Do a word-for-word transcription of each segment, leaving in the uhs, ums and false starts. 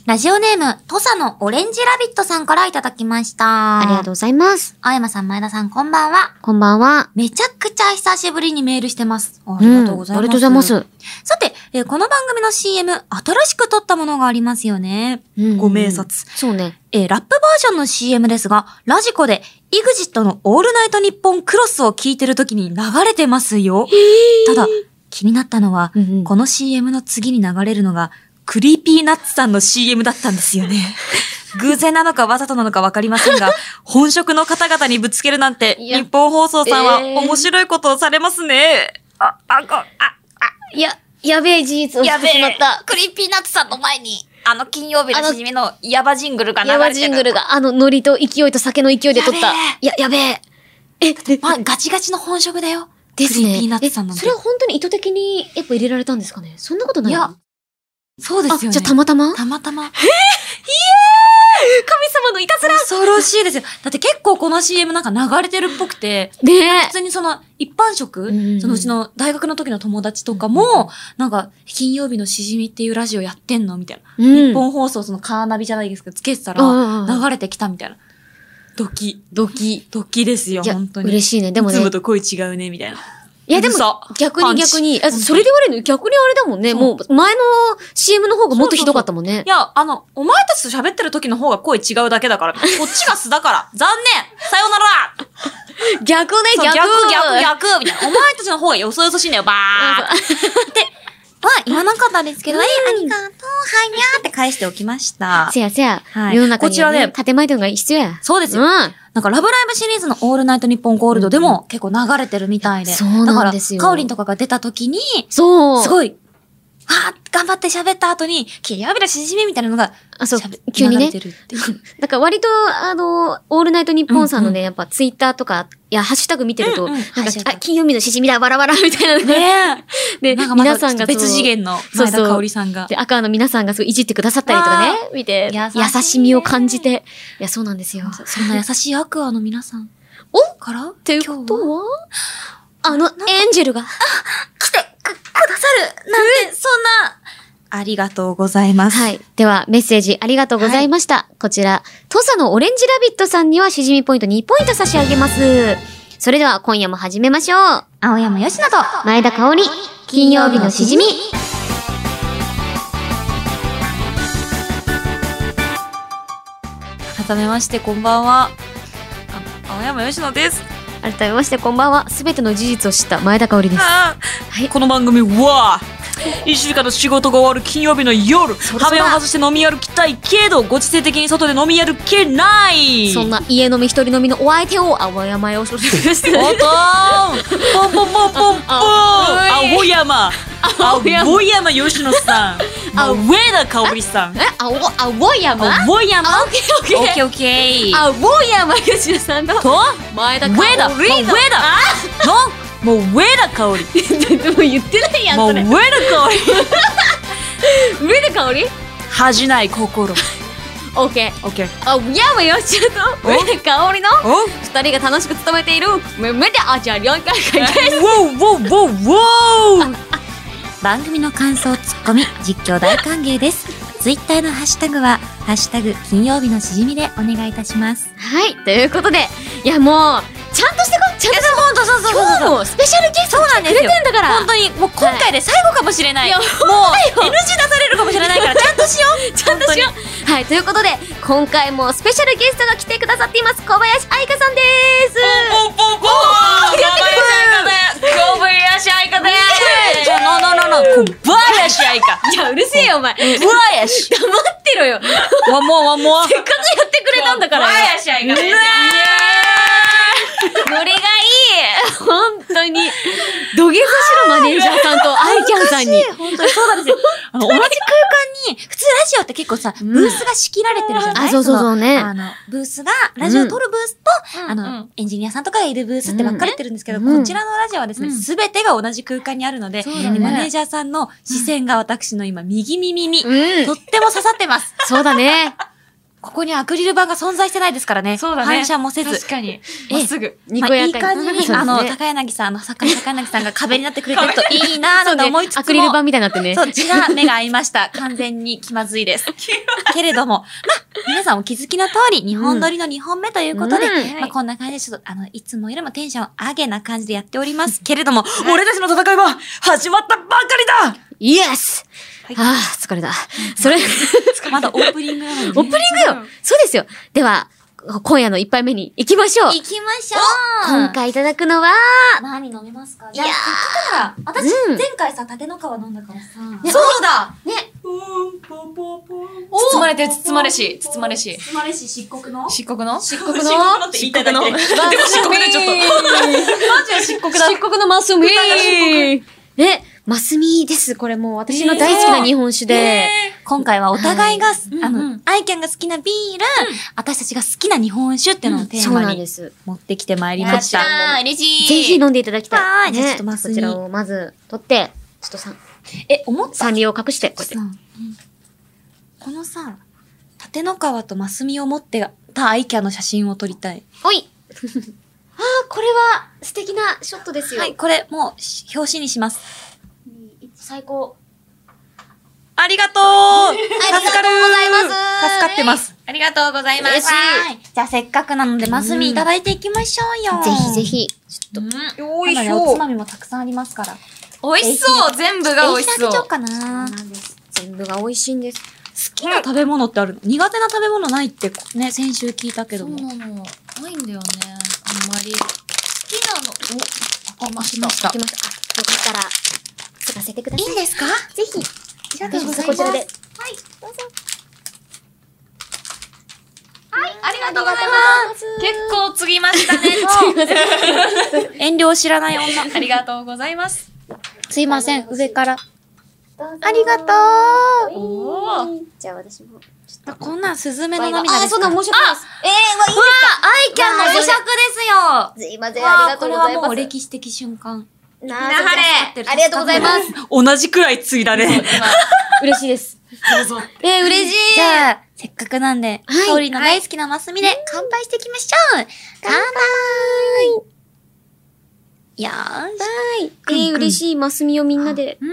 ラジオネーム、土佐のオレンジラビットさんからいただきました。 ありがとうございます。 青山さん、前田さん、こんばんは。 こんばんは。 めちゃくちゃ久しぶりにメールしてます。ありがとうございます。うん、 ありがとうございます。 さて、えー、この番組の シーエム、新しく撮ったものがありますよね。うん、ご名察。 そうね。 えー、ラップバージョンの シーエム ですが、ラジコで、イグジットのオールナイトニッポンクロスを聞いてる時に流れてますよ。ただ、気になったのは、うんうん、この シーエム の次に流れるのが、クリーピーナッツさんの シーエム だったんですよね。偶然なのかわざとなのかわかりませんが、本職の方々にぶつけるなんて、日本放送さんは面白いことをされますね。あ、あ、あ、あ、 いや、やべえ事実をしてしまった。 クリーピーナッツさんの前に、あの金曜日のしじみのヤバジングルが流れてる。 ヤバジングルが、あのノリと勢いと酒の勢いで撮った。いや、やべえ。 え、まあ、ガチガチの本職だよ。 ですね。 クリーピーナッツさんなんて。 それは本当に意図的にやっぱ入れられたんですかね。そんなことない。 いや、そうですよね。 じゃあたまたまたまたま。えー、イエーイ神様のいたずら恐ろしいですよ。だって結構この シーエム なんか流れてるっぽくて。 ねえ。 普通にその一般職、うん、そのうちの大学の時の友達とかも、うん、なんか金曜日のしじみっていうラジオやってんのみたいな。うん、日本放送そのカーナビじゃないですけど、つけてたら流れてきたみたいな。ドキ、ドキ、ドキですよ、本当に。 嬉しいね。でもね。 いつもと声違うね、みたいな。 いやでも、逆に逆に、それで言われるの逆にあれだもんね。もう、前の シーエム の方がもっとひどかったもんね。そうそうそう。 いや、あの、お前たちと喋ってる時の方が声違うだけだから、こっちが素だから、残念さよなら逆ね、逆逆、逆、逆みたいな。お前たちの方がよそよそしいんだよ、ばーって。は言わなかったんですけど、え、ありがとう、はにゃーって返しておきました。 せやせや。世の中にはね、建前というのが必要や。 そうですよ。うん。なんか、ラブライブシリーズのオールナイトニッポンゴールドでも結構流れてるみたいで。 そうなんですよ。 だから、カオリンとかが出た時に、 そう。 すごい、はぁ、頑張って喋った後に、金曜日のしじみみたいなのが、 あ、そう、急にね。 流れてるっていう。 だから割と、あの、オールナイトニッポンさんのね、やっぱツイッターとか、いや、ハッシュタグ見てると、なんか、あ、金曜日のしじみだ、バラバラみたいなね。で、皆さんが別次元の前田香織さんが。 で、赤の皆さんがすごいいじってくださったりとかね、見て、優しみを感じて。いや、そうなんですよ。 そんな優しいアクアの皆さん。 おからっていうことはあの、エンジェルが。 来てく、くださるなんて、そんな。ありがとうございます。 はい。では、メッセージありがとうございました。はい、こちら、土佐のオレンジラビットさんにはしじみポイントにポイント差し上げます。それでは、今夜も始めましょう。 青山よしなと、 前田香織、金曜日のしじみ。 改めまして、こんばんは。青山よしのです。 改めまして、こんばんは。すべての事実を知った前田香織です。 はい。この番組は、いちじから仕事が終わる金曜日の夜、羽目を外して飲み歩きたいけど、ご時世的に外で飲み歩けない。 そんな家飲み一人飲みのお相手を、青山よしのです。 おっとーポンポンポンポンポン青山青山よしのさん上田香織さんえ青青山青山オッケーオッケーオッケーオッケー青山よしのさんと前田香織上田上田のもう上田香織でも言ってないやんもう上田香織上田香織恥じない心オッケーオッケー青山よしと上田香織の二人が楽しく務めているめめであちゃりょん会会ですウォーウォーウォーウォー番組の感想、ツッコミ、実況大歓迎です。ツイッターのハッシュタグは、ハッシュタグ金曜日のしじみでお願いいたします。 はい、ということで、いやもう、ちゃんとしてこう、ちゃんとしてこう、 そうそうそうそう今日もスペシャルゲスト来てくれてんだから。 本当に、もう今回で最後かもしれない。はい、もう、エヌジー 出されるかもしれないから、ちゃんとしようちゃんとしようはい、ということで、今回もスペシャルゲストが来てくださっています。小林愛香さんでーすポンポンポンポン小林愛香でーすノノノノ小林愛香いや、うるせえよ、お前。 小林黙ってろよ。 わもうわもうせっかくやってくれたんだから。 小林愛香です。 ノリがいい本当に。土下座しろ、マネージャーさんと愛ちゃんさんに。 本当にそうなんですよ。あの、同じ空間に、普通ラジオって結構さ、ブースが仕切られてるじゃない、 あ、そうそうそうね。 あの、ブースが、ラジオを撮るブースと、あの、エンジニアさんとかがいるブースって分かれてるんですけど、こちらのラジオはですね、すべてが同じ空間にあるので、マネージャーさんの視線が私の今、右耳に、とっても刺さってます。 そうだね。 ここにアクリル板が存在してないですからね。 そうだね。 反射もせず。 確かに。まっすぐ。 まあ、いい感じに、あの、高柳さん、あの、作家の高柳さんが壁になってくれてるといいなぁ、なんて思いつつも。 アクリル板みたいになってね。 そっちが目が合いました。完全に気まずいです。けれども、まあ、皆さんお気づきの通り、日本撮りのにほんめということで、 うんまあ、こんな感じでちょっと、あの、いつもよりもテンション上げな感じでやっております。けれども、俺たちの戦いは始まったばかりだイエスああ、疲れた。それ、 まだオープニングなのに、ね。 オープニングよそうですよでは、今夜の一杯目に行きましょう行きましょう今回いただくのは、 何飲みますか？ いやーせっかくなら、私、 うん前回さ、立の川飲んだからさ。 ねそうだね、 包まれてる、包まれし、包まれし。 包まれし、漆黒の漆黒の漆黒の漆黒のって言いたいだけ。 でも漆黒でちょっと。マジで漆黒だ。 漆黒のマスミーね、マスミです。これもう私の大好きな日本酒で。 今回はお互いが、 はいあうんうんの、アイキャンが好きなビール、私たちが好きな日本酒っていうのをテーそうマになんです。 持ってきてまいりました。 やったー嬉しい。 ぜひ飲んでいただきたい。 はいじゃあねちょっとマスミこちらをまず取って、ちょっとさん、 え、思ったサンリオを隠して、こうやってさ、このさ、立の川とマスミを持ってたアイキャンの写真を撮りたい。 おいああ、これは素敵なショットですよ。 はい、これもうし表紙にします。 最高。 ありがとう助かるありがとうございます助かってます。 ありがとうございます。 嬉しいはいじゃあせっかくなので、マスミいただいていきましょうよ。 ぜひぜ。ひ。 うんよいしょ。おつまみもたくさんありますから。 美味しそう全部が美味しそうえいただけちゃおうかな。 なんです。全部が美味しいんです。 好きな食べ物ってあるの？苦手な食べ物ないってね、先週聞いたけども。 そうなの。ないんだよね。あんまり。好きなの。お、開けました。 開けました。あ、よかったら、継がせてください。 いいんですか？ ぜひ。 ありがとうございます。 こちらで。 はい。 どうぞ。 ありがとうございます。結構継ぎましたね。 遠慮を知らない女。 ありがとうございます。 すいません、上から。 ありがとうおーじゃあ私も。 こんなんスズメの涙ですか？ あ、そうだ、申し訳ないです。えー、わ、いいアイキャンのお酌ですよ。 すいません、ありがとうございこれはもうます。 歴史的瞬間。 ななはれありがとうございます。 同じくらいついだね。 嬉しいです。 どうぞ。 えー、嬉しい。 じゃあ、せっかくなんで、 はい香りの大好きなマスミで乾杯していきましょう。乾杯よーし。 はい。えー、嬉しい。マスミをみんなで。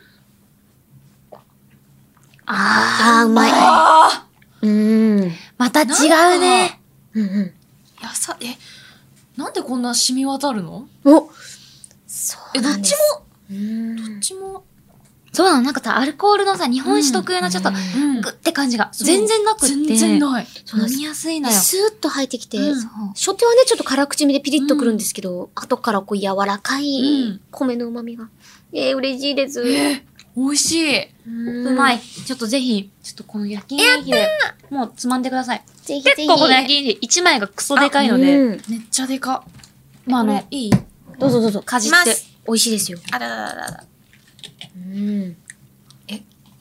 あー、うまい。 あうーん。 また違うね。 うんうん。 ーやさ、え、なんでこんな染み渡るのおそえ、どっちも、 うーん。 どっちも、 そうなの、なんかさ、アルコールのさ、日本酒特有のちょっと、 うんグッて感じが全然なくって。 全然ない。 そうなんです飲みやすいのよ。 スーッと入ってきて、 うんそう初手はね、ちょっと辛口味でピリッとくるんですけど、後からこう柔らかういん米の旨味が。えー、嬉しいです。 え、美味しい。 ううまい。ちょっとぜひ、ちょっとこの焼きネギで、もうつまんでください。 ぜひぜひ。 結構この焼きネギ一枚がクソでかいので、 うんめっちゃでか。 まああのこれ、いいどうぞどうぞ。 かじってます。 美味しいですよ。 あららららら。 うん。 え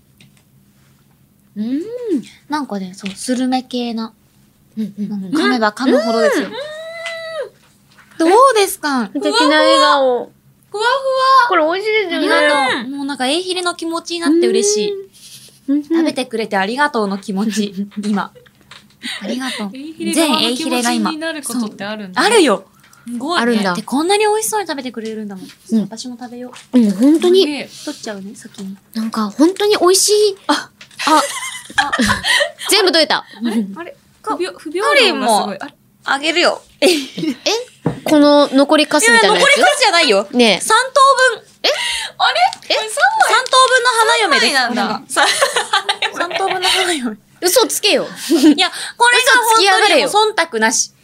うん。 なんかね、そう、スルメ系な。 うんうんうん。 噛めば噛むほどですよ。どうですか？ 素敵な笑顔。 ふわこれ美味しいですあよね。 りがとう。もうなんか、えいひれの気持ちになって嬉しい。 うん。 食べてくれてありがとうの気持ち、今。ありがとう。全エイヒレが今。 になることってあるんだ。 あるよ。 すごいね。 あるんだで、こんなに美味しそうに食べてくれるんだもん。 うん私も食べよう。 うん、本当に、 すげえ取っちゃうね、先に。 なんか本当に美味しい。あ、あ、全部取れた。 あれ不平、不平カリンも等がすごい。あれあげるよ。 この残りカスみたいなや残りカスじゃないよ。 つね三等分。 あれえ三等分の花嫁です。 なんだ。さ三等分の花嫁。 え。嘘つけよ。 いや、これが嘘つきやがれよ本当にもう忖度なし。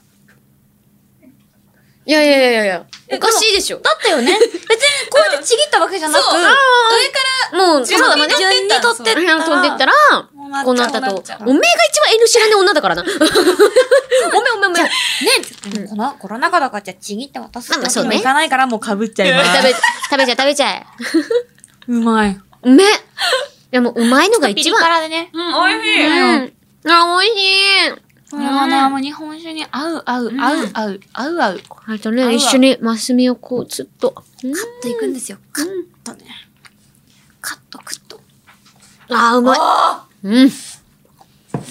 いやいやいやいや。おかしいでしょ。 だったよね。別にこうやってちぎったわけじゃなく、 そう上からもう、そうだね。 順に取ってった部屋に飛んでったら、 こうなっちゃうこうなったとこうなっちゃ。うおめえが一番 N 知らねえ女だからな。おめえおめえおめえ。 ね、この、コロナ禍だからじゃあちぎって渡すわけにまあそうねもいかないからもう被っちゃいます。 食べ、食べちゃえ食べちゃえ。 うまい。 うめえ。いやもううまいのがピリ一番。 辛でね。 うん、美味しい。 うん。あ、美味しい。 これはね、もう日本酒に合う合う合う合う合う合う。 あとね、一緒にマスミをこう、ずっと。カッカッといくんですよ。カッとね。カッとクッと。 あー、うまい。うん。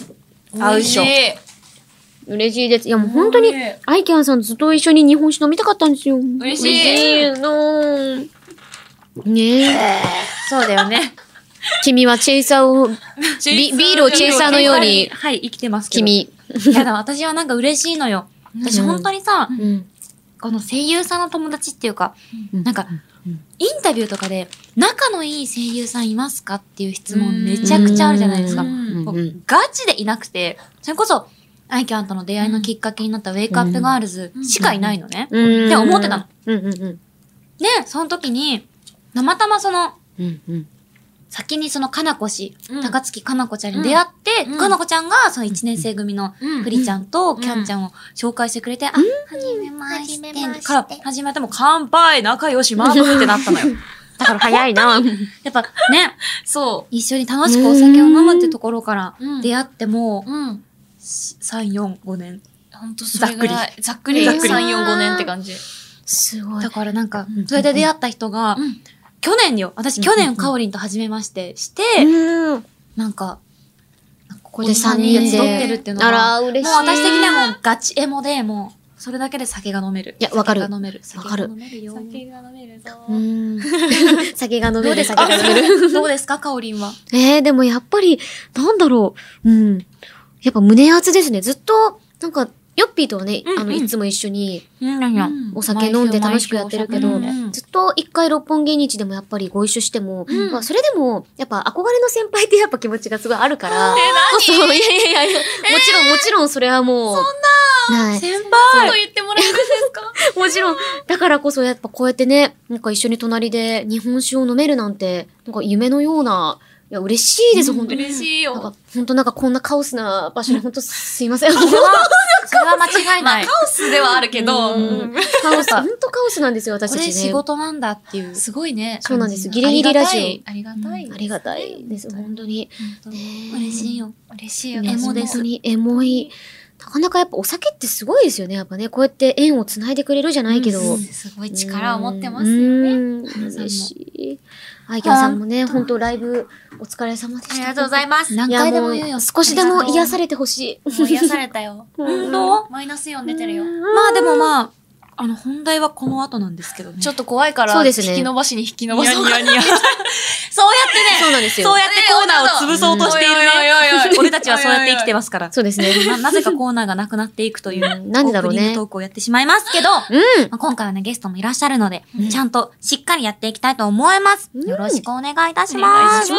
合うっしょ。 嬉しいです。いやもう本当に、アイキャンさんとずっと一緒に日本酒飲みたかったんですよ。 嬉しい。 嬉しいの。ねえ。 そうだよね。 君はチェイサーを、ビビールをチェイサーのように、 はい、生きてますけど。 君。 いやだ、私はなんか嬉しいのよ。私本当にさ、 うん、 この声優さんの友達っていうか、 うん、 なんか、インタビューとかで、仲のいい声優さんいますかっていう質問めちゃくちゃあるじゃないですか。ガチでいなくて、それこそ、アイキャンとの出会いのきっかけになったウェイクアップガールズしかいないのね。って思ってたの。で、その時に、たまたまその、先にそのかなこ氏、高槻かなこちゃんに出会って、かなこちゃんがそのいちねん生組のプリちゃんとキャンちゃんを紹介してくれて、あ、はじめまして。から始めても乾杯仲良しマブってなったのよ。 だから早いな。 やっぱね、そう。一緒に楽しくお酒を飲むってところから出会っても、さん、よん、ごねん。 ほんとそれぐらい。ざっくり。ざっくり。さん、よん、ごねんって感じ。 すごい。 だからなんか、それで出会った人が、去年よ。私去年かおりんと初めましてして、なんか、ここでさんにんで集ってるっていうのが、 あら、嬉しい。 もう私的にはもうガチエモで、もう、それだけで酒が飲める。 いや、わかる。 酒が飲める。 わかる。 酒が飲めるよ。 酒が飲めるぞ。 酒が飲める。酒が飲める。 どうですか、かおりんは。 えー、でもやっぱり、なんだろう。うん。やっぱ胸熱ですね。ずっと、なんか、ヨッピーとはね、あの、いつも一緒に、お酒飲んで楽しくやってるけど、ずっと一回六本木日でもやっぱりご一緒しても、まあそれでも、やっぱ憧れの先輩ってやっぱ気持ちがすごいあるから。 え、 何？いやいやいやいや、もちろんもちろんそれはもう。 そんなはい。 先輩と言ってもらえるんですか？ もちろん、だからこそやっぱこうやってね、なんか一緒に隣で日本酒を飲めるなんて、なんか夢のような、いや、嬉しいです、本当に。 嬉しいよ。 なんか、本当なんかこんなカオスな場所で本当すいません。 それは、それは間違いない。 カオスではあるけど、 カオス、本当カオスなんですよ、私たちね。 これ仕事なんだっていう。 すごいね。 そうなんです。ギリギリラジオ。ありがたい。 ありがたいです、本当に。 嬉しいよ。 嬉しいよ。 エモです。本当にエモい。なかなかやっぱお酒ってすごいですよね。やっぱね、こうやって縁を繋いでくれるじゃないけど。 すごい力を持ってますよね。 嬉しい。アイキャンさんもね、本当ライブお疲れ様でした。 ありがとうございます。 何回でも言うよ。 少しでも癒されてほしい。 もう癒されたよ。 本当？ マイナスよん出てるよ。 まあでもまあ、あの、本題はこの後なんですけどね。 ちょっと怖いから、 そうですね。 引き伸ばしに引き伸ばそうか。 そうやってね、 そうなんですよ。 そうやってコーナーを潰そうとしているね。俺たちはそうやって生きてますから。 そうですね。 な、なぜかコーナーがなくなっていくという、 なんでだろうね。 オープニングトークをやってしまいますけど、 うんまあ、今回はね、ゲストもいらっしゃるので、ちゃんとしっかりやっていきたいと思います。よろしくお願いいたします。お願いします。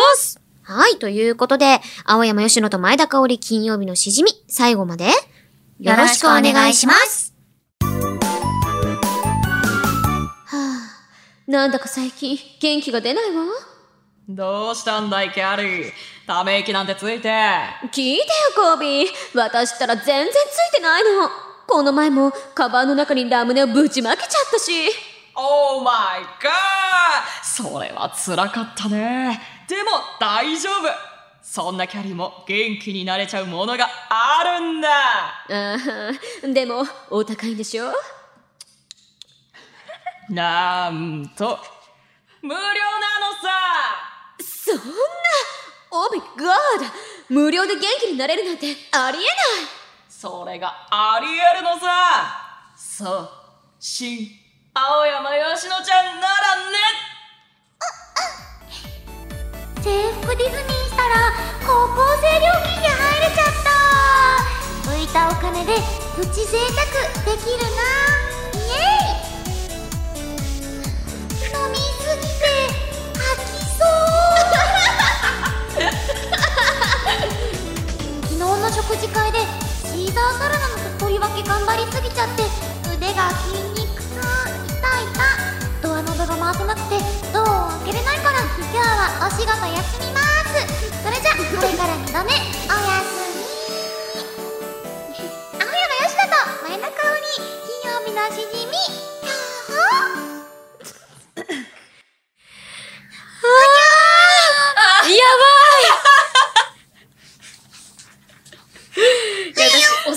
はい、ということで、青山吉野と前田香織金曜日のしじみ、最後まで、よろしくお願いします。なんだか最近、元気が出ないわ。 どうしたんだい、キャリー。ため息なんてついて。 聞いてよ、コービー。私ったら全然ついてないの。この前も、カバンの中にラムネをぶちまけちゃったし。 オーマイガー！それは辛かったね。でも大丈夫。そんなキャリーも元気になれちゃうものがあるんだ。 ああ、でも、お高いんでしょ？ なんと、無料なのさ！ そんな！オーマイガー！無料で元気になれるなんてありえない！ それがありえるのさ！そう、新青山吉野ちゃんならね！ 制服ディズニーしたら高校生料金に入れちゃった。浮いたお金でプチ贅沢できるな。イエイ。飲みすぎて吐きそう昨日の食事会でシーザーサラダの取り分け頑張りすぎちゃって腕が筋肉痛。痛い痛。ドアノブが回せなくてドアを開けれないから今日はお仕事休みます。それじゃこれからにどめおやすみ。青山吉田と前田香織金曜日のしじみ。 やばいいや、私、お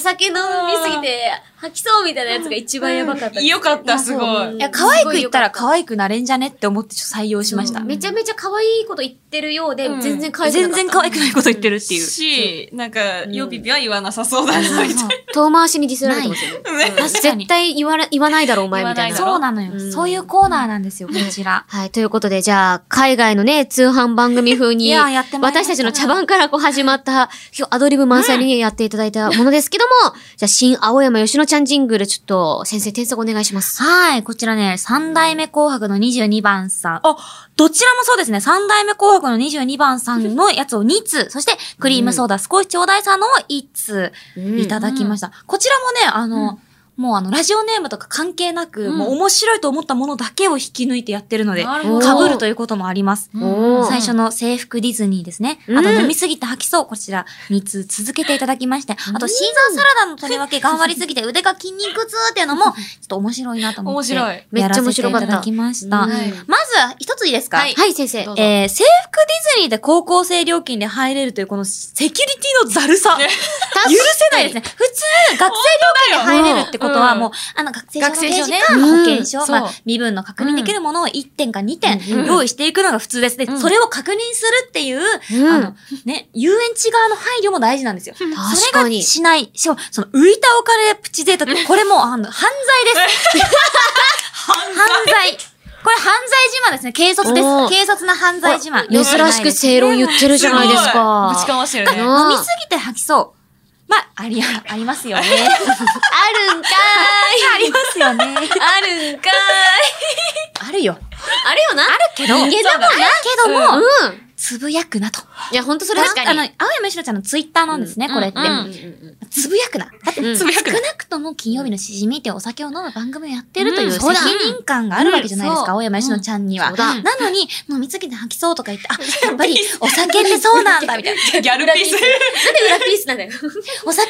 酒飲みすぎて、吐きそうみたいなやつが一番やばかった。 よかった、すごい。 いや、可愛く言ったら可愛くなれんじゃねって思ってちょっと採用しました。 めちゃめちゃ可愛いこと言ってるようで、全然可愛くなかった。 全然可愛くないこと言ってるっていう。 し、なんか、ヨピピは言わなさそうだな、みたいな。 遠回しにディスられてますよね。絶対言わ言わないだろ、お前みたいな。 そうなのよ。そういうコーナーなんですよ、こちら。 はい、ということで、じゃあ、海外のね、通販番組風に、私たちの茶番からこう始まった、今日アドリブ満載にやっていただいたものですけども、じゃあ、新青山吉野ちゃんジングル、ちょっと、先生、添削お願いします。 はい、こちらね、三代目紅白のにじゅうにばんさん。あ、どちらもそうですね。三代目紅白のにじゅうにばんさんのやつをにつう、そして、クリームソーダ少しちょうだいさんのをいっつういただきました。こちらもね、あの、もうあの、ラジオネームとか関係なく、もう面白いと思ったものだけを引き抜いてやってるので、被るということもあります。最初の制服ディズニーですね。あと、飲みすぎて吐きそう。こちら、につう続けていただきまして。あと、シーザーサラダの取り分け頑張りすぎて腕が筋肉痛っていうのも、ちょっと面白いなと思って。面白い。めっちゃ面白かった。やらせていただきました。まず、一ついいですか？ はい、はい、先生。 えー、制服ディズニーで高校生料金で入れるというこのセキュリティのざるさ。許せないですね。普通、学生料金で入れるってことはもう、あの、学生証の提示か、保険証、まあ、身分の確認できるものをいってんかにてん用意していくのが普通ですね。それを確認するっていう、あの、ね、遊園地側の配慮も大事なんですよ。それがしない。しかも、その、浮いたお金プチデータって、これもう、あの、犯罪です。犯罪。これ犯罪自慢ですね。軽率です。軽率な犯罪自慢。 珍しく正論言ってるじゃないですか。 ぶちかましてるね。 飲みすぎて吐きそう。まあ、あり、ありますよね。あるんかーい。 ありますよね。 あるんかーい。 あるよ。 あるよな。あるけど、 人間だもんな。 けども、 うん。 つぶやくなと。 いや、ほんとそれ確かに。あの、青山しのちゃんのツイッターなんですね、これって。つぶやくな。だって、少なくとも金曜日のしじみってお酒を飲む番組をやってるという責任感があるわけじゃないですか、青山しのちゃんには。なのに、飲みすぎて吐きそうとか言って、あ、やっぱりお酒ってそうなんだ、みたいな。 ギャルピース。なんで裏ピースなんだよ。 お酒って、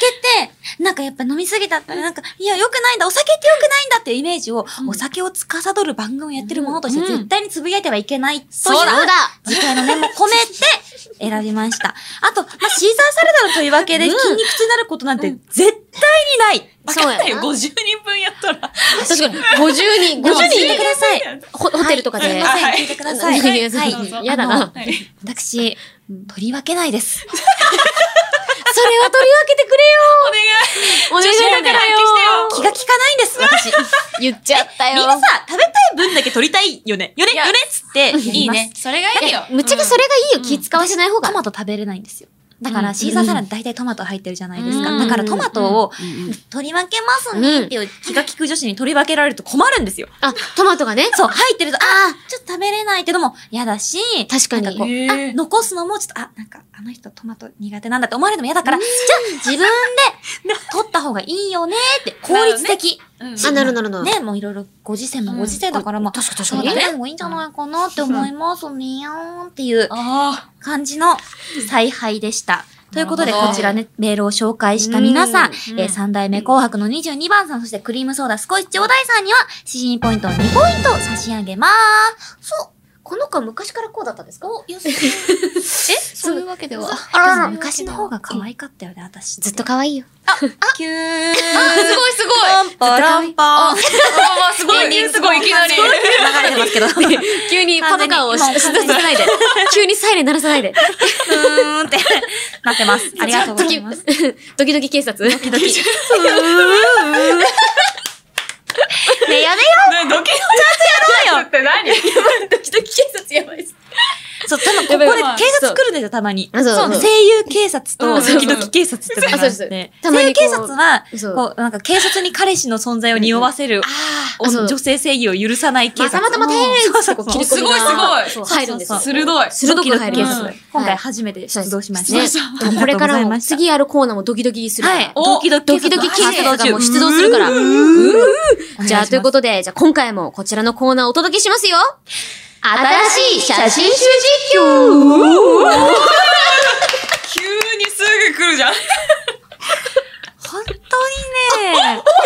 なんかやっぱ飲みすぎたったら、なんか、いや、良くないんだ、お酒って良くないんだっていうイメージを、お酒を司る番組をやってるものとして絶対につぶやいてはいけない。 そうだ次回の念も込めて、選びました。あと、まあ、シーザーサラダの取り分けで筋肉痛になることなんて絶対にない。 そうやな。 ごじゅうにんぶんやったら。 確かに。ごじゅうにん、ごじゅうにん聞いてください。ホテルとかで。 すいません、聞いてください。 はい。やだな。 私、取り分けないです。 それは取り分けてくれよ。お願い。お願いだからよ。 気が利かないんです、私。 言っちゃったよ。 みんなさ、食べたい分だけ取りたいよね。よねよねっつって。 いいね。それがいいよ。 むっちゃけそれがいいよ。気使わせない方が。 トマト食べれないんですよ。だから、シーザーサラダ大体トマト入ってるじゃないですか。だからトマトを取り分けますねっていう気が利く女子に取り分けられると困るんですよ。 あ、トマトがね。 そう、入ってると、ああ、ちょっと食べれないけども、嫌だし、 確かに。 なんかこう、あ、残すのもちょっと、あ、なんか、あの人トマト苦手なんだって思われるのも嫌だから、じゃあ自分で取った方がいいよねって、効率的。 あ、なるなるなる。 ね、もういろいろご時世もご時世だからもう、確かに確かにね。もいいんじゃないかなって思いますねーっていう感じの采配でした。ということで、こちらね、メールを紹介した皆さん、えー、三代目紅白のにじゅうにばんさん、そしてクリームソーダ少しちょうだいさんには、しじみポイントをにポイント差し上げまーす。そう。 この子は昔からこうだったんですか？ えそういうわけでは。 あらら、 昔の方が可愛かったよね、私。 ずっと可愛いよ。 あ、キューン。あ、すごいすごい。 パンパランパン。 あ、すごい、すごい、いきなり。 流れてますけど。 急にパトカーをし出さないで。急にサイレン鳴らさないで。 うーんってなってます。ありがとうございます。 ドキドキ警察。ドキドキ。 ねえ、やめよう。 ドキドキちゃんとやろうよって何？ ドキドキ警察やばいです。 そう、たま、ここで警察来るんですよ、たまに。 そう。 声優警察とドキドキ警察ってのがあって。声優警察は、こう、なんか軽率に彼氏の存在を匂わせる、女性正義を許さない警察。 たまたま丁寧に切り込みが。 すごいすごい。 入るんです。 鋭い。 鋭く入ります。 今回初めて出動しました。 これからも次やるコーナーもドキドキするから。 ドキドキ警察がもう出動するから。じゃあ、ということで、じゃあ今回もこちらのコーナーをお届けしますよ。新しい写真集実況。 急にすぐ来るじゃん。 本当にね。あ、本物の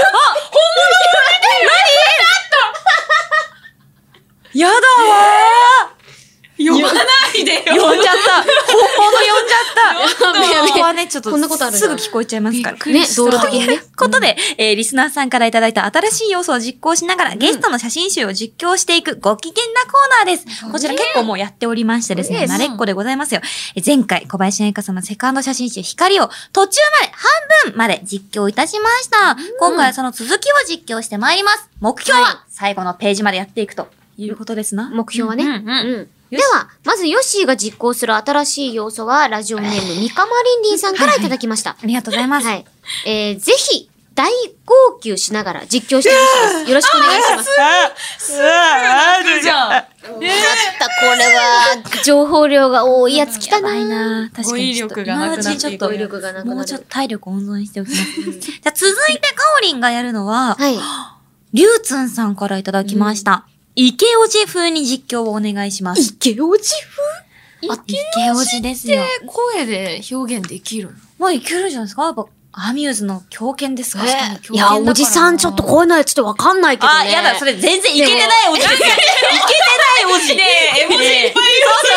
何？やだわー。 呼ばないでよ。 呼んじゃった。本物呼んじゃった。 やべやこはね、ちょっとこんなことあるんだすぐ聞こえちゃいますから。 ね、道路的にね。 ということで、えー、リスナーさんからいただいた新しい要素を実行しながら、ゲストの写真集を実況していくご機嫌なコーナーです。こちら結構もうやっておりましてですね、慣れっこでございますよ。え前回、小林愛香さんのセカンド写真集、光を途中まで、半分まで実況いたしました。今回はその続きを実況してまいります。目標は、最後のページまでやっていくということですな。 目標はね。 うんうんうんでは、まずヨッシーが実行する新しい要素は、ラジオネームミカマリンリンさんからいただきました。 ありがとうございます。 はい。えー、ぜひ、大号泣しながら実況してほしいです。よろしくお願いします。 すぐじゃん。 またこれは、情報量が多いやつ来たな。 やばいな。確かにちょっと。 語彙力がなくなっていく今のうちにちょっと語彙力がなくなるもうちょっと体力温存しておきます。じゃあ続いてカオリンがやるのは、 はい。 リュウツンさんからいただきました。池オジ風に実況をお願いします。 池オジあ、池オジですよ。 声で表現できる。 まあいけるんじゃないですかやっぱ、アミューズの狂犬ですか、 風いや、おじさんちょっとこういうのはちょっとわかんないけどね。 あ、やだ、それ全然いけてないおじですよ。いけてないおじ。ねえ、絵文字いっぱいいる。そう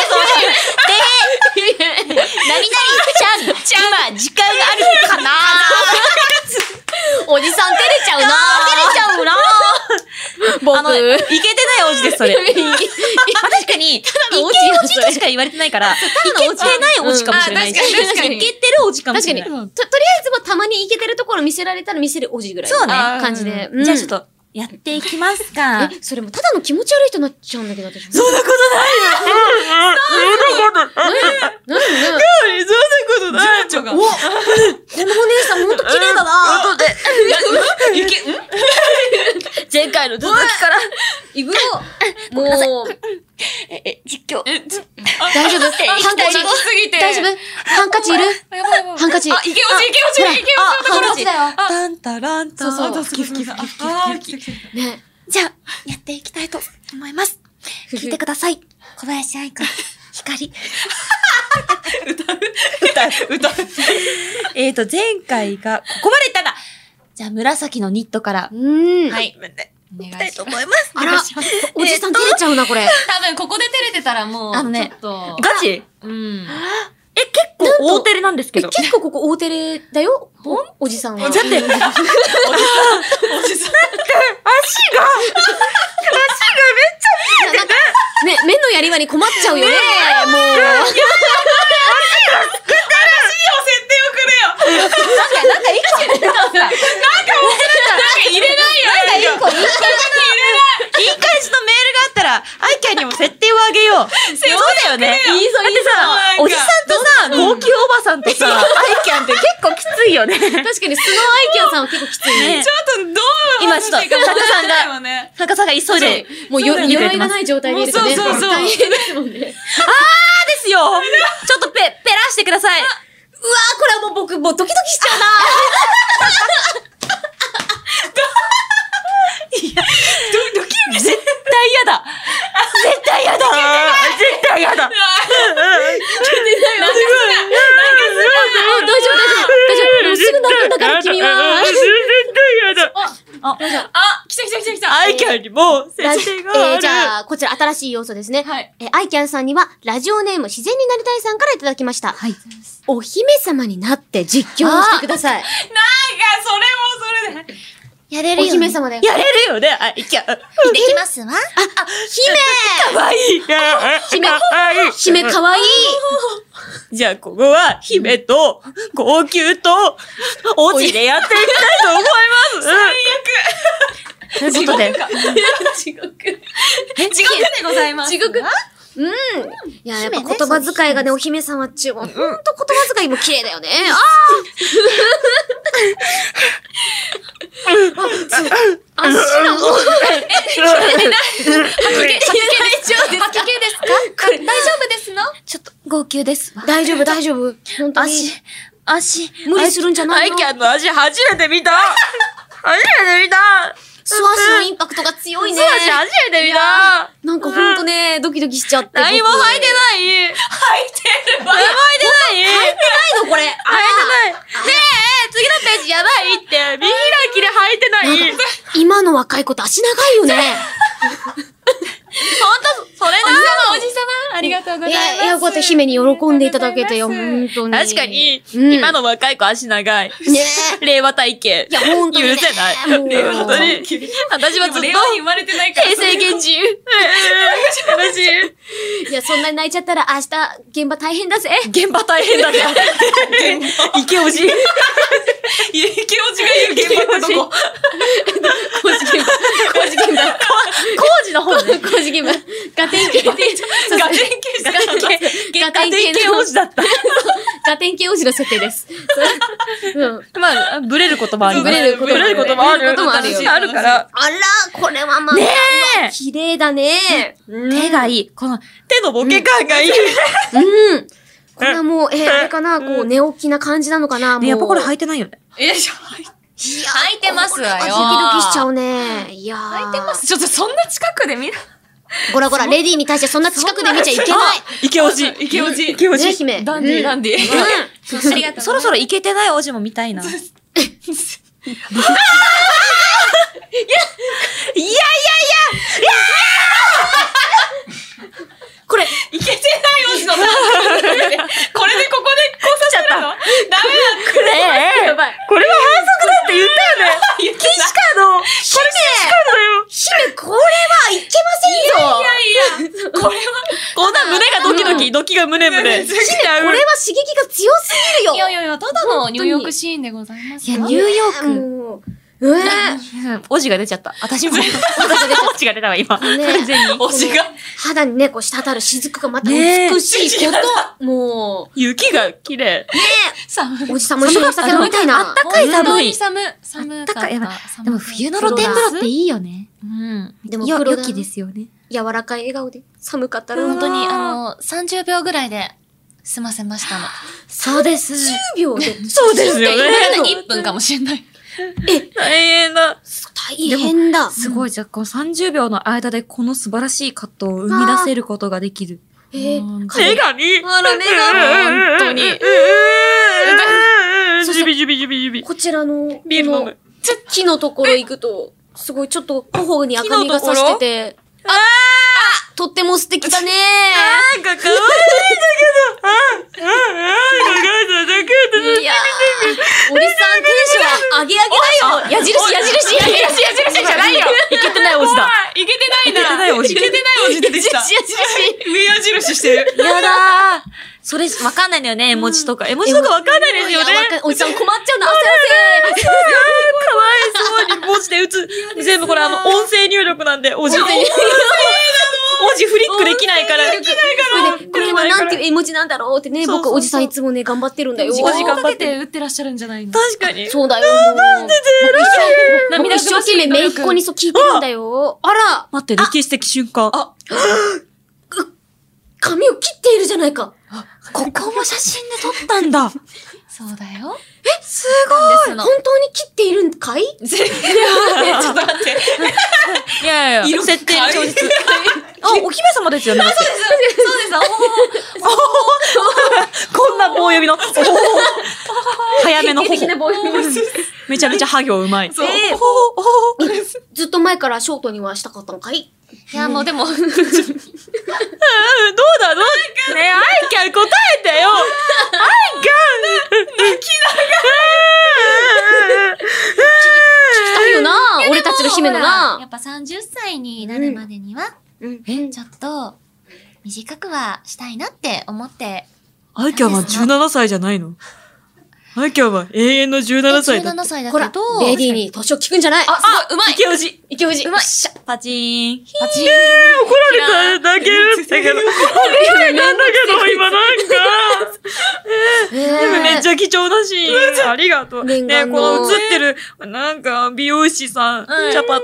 そうそう。で、何々ちゃん、今、時間があるかなおじさん照れちゃうな。 照れちゃうな僕。 あの、いけてないおじです、それ。確かに、いけおじとしか言われてないから、いけてないおじかもしれないし、 うんあ確かに確かにいけてるおじかもし確かに。 れない。 と、とりあえずもたまにイケてるところ見せられたら見せるおじぐらいのそうね感じで。うんじゃあちょっと、やっていきますか。 え、それもただの気持ち悪い人になっちゃうんだけど、私。 そんなことないよそんなことないなんでね。 そんなことない情緒が。 おこのお姉さんほんと綺麗だな。 後で、 いけ、ん前回の続きから、 いくよ。もう、 え、え、実況。 大丈夫ハンカチこれすぎて大丈夫ハンカチいるやばいやばい。 ハンカチ。 あ、いけおじ、いけおじ、いけおじのところハンカチだよ。 タンタランタン。 そうそうキフキフキフキフあキフキフ。 ね。 じゃあ、やっていきたいと思います。聞いてください。小林愛香、光。 歌う歌う歌う。 えーと、前回が、ここまでいったんだじゃあ、紫のニットからう、ーん。 はい。 いきたいと思います。 あら、おじさん照れちゃうな、これ。 多分ここで照れてたらもう、 あのねちょっと。 ガチうん。 え、結構大照れなんですけえ、 ど。 結構ここ大照れだよ。おじさんは。 だって、 おじさん、おじさん。 足が、 なんか、ね、目のやり場に困っちゃうよね。もう。 なんか、なんか一個入れないよ。なんか入れないよ。 なんか一個、いいいい感じのメールがあったら、アイキャンにも設定をあげよう。そうだよね。 いいぞ、いいぞ。 さ、おじさんとさ、号泣おばさんとさ、アイキャンって結構きついよね。 確かに、スノーアイキャンさんは結構きついね。 ねちょっと、どう今ちょっと作家さんがね。 作家さんが急いで、 もうよ、 そうだよね鎧がない状態でいるとね。 そうそうそう大変ですもんね。 ですよちょっとペ、ペラしてください。 うわー、これはもう僕、もうドキドキしちゃうな。 ドキドキ絶対嫌だ絶対嫌だ絶対嫌だ大丈夫、大丈夫。大丈夫。もうすぐ泣くんだから、君は。 絶対嫌だあ、来た来た来た来た。 アイキャンにも設ラジ定がある。 えー、じゃあ、こちら新しい要素ですね。 はい。 えー、アイキャンさんには、ラジオネーム自然になりたいさんからいただきました。 はい。 お姫様になって実況をしてください。 なんか、それもそれで。 おやれるよ、ね。 姫様で。 やれるよね、アイキャン。 できますわ。 姫かわいい姫かわいい姫かわいい。 じゃあ、ここは、姫と、号泣と、オチでやっていきたいと思います最悪ということで、 地獄。え、地獄でございます。 地獄うん。いや、やっぱ言葉遣いがね、お姫様っちゅう、ほんと言葉遣いも綺麗だよね。あああ、しら、もう、 吐き気、吐き気ですか大丈夫ですのちょっと、号泣ですわ。 大丈夫、大丈夫。本当に。 足、足、 無理するんじゃないのアイキャンの足初めて見た初めて見た素足のインパクトが強いね。 素足初めて見たなんかほんとね、ドキドキしちゃって。 何も僕履いてない履いてる何も履いてない履いてないのこれ。 ないねえ次のページやばいって見開きで履いてない今の若い子って足長いよね。 ほんと、それなおじさま、おじさま、ありがとうございます。 いや、いや、こうだって姫に喜んでいただけてよ、本当に。 確かに、 うん今の若い子足長い。 ね令和体型。 いや、本当にね。 許せない。 もう本当に。私はずっと、 令和に生まれてないから。 平成現人。悲しい。 いや、そんなに泣いちゃったら明日、現場大変だぜ。 現場大変だね。池おじ。 池おじが言う現場ってどこ？ 工事現場。工事現場。 工事の方ね。 工事現場。ガテン系って。 ガテン系ガテン系。ガテン系系王子だった。 ガテン系王子の設定です。うん。 まあ、ブレることもある。 ブレることもあるブレることもある。 ブレることもあるよあるから。 あら、これはまあ、 ねえ綺麗だね。 手がいい。この手のボケ感がいい。 うん。これはもう、えー、あれかな、こう、寝起きな感じなのかな、もう。 ね、やっぱこれ履いてないよね。 よいしょ。 いや履いてますわよ。 ドキドキしちゃうね。いやー。 履いてます。ちょっとそんな近くで見る。 ほらほら、レディーに対してそんな近くで見ちゃいけない。 池おじ。 池おじ。 池おじ。 ね、姫。 ダンディーダンディー。 うん。 ありがとう。 そろそろイケてないおじも見たいな。いやいやいやこれ、 いけてないおじのダンディー。これでここで交差しちゃったのダメだ。 これ、 やばい。 これは反則だって言ったよね。 言って岸かの。これ岸かのよ。 姫、これはいけませんぞ。 いやいや、これは。 こんな胸がドキドキ、ドキが胸胸。 姫、これは刺激が強すぎるよ。 いやいやいや、ただのニューヨークシーンでございますよ。 いやニューヨークもうええおじが出ちゃった。私も。おじが出たわ、今。 ね完全に。 おじが。 肌にね、こう滴る雫がまたねえ美しいこと。も雪が綺麗。 寒う、おじさんも一緒にお酒飲みたいな。 あったかい寒い本当に寒い。寒かった。 あったかいやばい寒でも冬の露天風呂っていいよね。 うん。 よ、 でも黒だ良きですよね。 柔らかい笑顔で寒かったら本当に、あの、さんじゅうびょうぐらいで済ませましたの。 そうです。 じゅうびょうでそうですよね。 いっぷんかもしれない。 大変だ。 大変だ。 すごい、じゃあこのさんじゅうびょうの間でこの素晴らしいカットを生み出せることができる。 えうんー、 女神あら、女神。 本当に。 そしてジュビジュビジュビジュビ。 こちらの、 ビール飲むこの木のところ行くと、すごいちょっと頬に赤みがさしてて、ああとっても素敵だねなんか可愛いんだけど。あ、あ、あ、あ、だけいやー、おじさんテンション上げ上げだよ。矢印、矢印、矢印、矢印じゃないよ。 いけてないおじだ。 いけてないな。 いけてないおじいけてないおじ出てきた。 矢印。 上矢印してる。 やだー。それ、わかんないんだよね、絵文字とか。絵文字とかわかんないですよね。 いやわかんおじさん困っちゃうな、汗かわいそうに文字で打つ。全部これあの、音声入力なんで、おじ。文字フリックできないから。できない汗。これで、これはなんていう絵文字なんだろうってね、 そうそうそう僕おじさんいつもね、頑張ってるんだよ。 おじ頑張ってかけて打ってらっしゃるんじゃないの？ 確かに。 そうだよ。なんで僕涙一生懸命めいっ子にそう聞いてるんだよ。あら、 待って、歴史的瞬間。あ、 髪を切っているじゃないか。 ここも写真で撮ったんだ。 そうだよ。 す本当に切っているんかい？ ちょっと待って。 ごい。いやいやいや、設定に調実。あ、お姫様ですよね。だってそうです。 こんな棒読みの。早めの的な頬。 棒読みめちゃめちゃハ行うまい。 そう。 えーずっと前からショートにはしたかったのかい？ いや、もうでも、 うん、どうだどうねえ、アイキャン答えてよアイキャン泣きだよな、俺たちの姫のな。 やっぱさんじゅっさいになるまでには、 うんちょっと、短くはしたいなって思って。 アイキャンはじゅうななさいじゃないのアイキャンは永遠のじゅうななさいだ。 じゅうななさいだほらけど、、 レディーに年を聞くんじゃない。 あ、すごい、うまい池おじ。 池おじ。 うまいパチーン。 パチン怒られただけだったけど。怒られたんだけど、今なんか。でもめっちゃ。 ゃ貴重だし、ありがとう。ねこ念願のの映ってる、なんか、美容師さん、茶髪。 なんで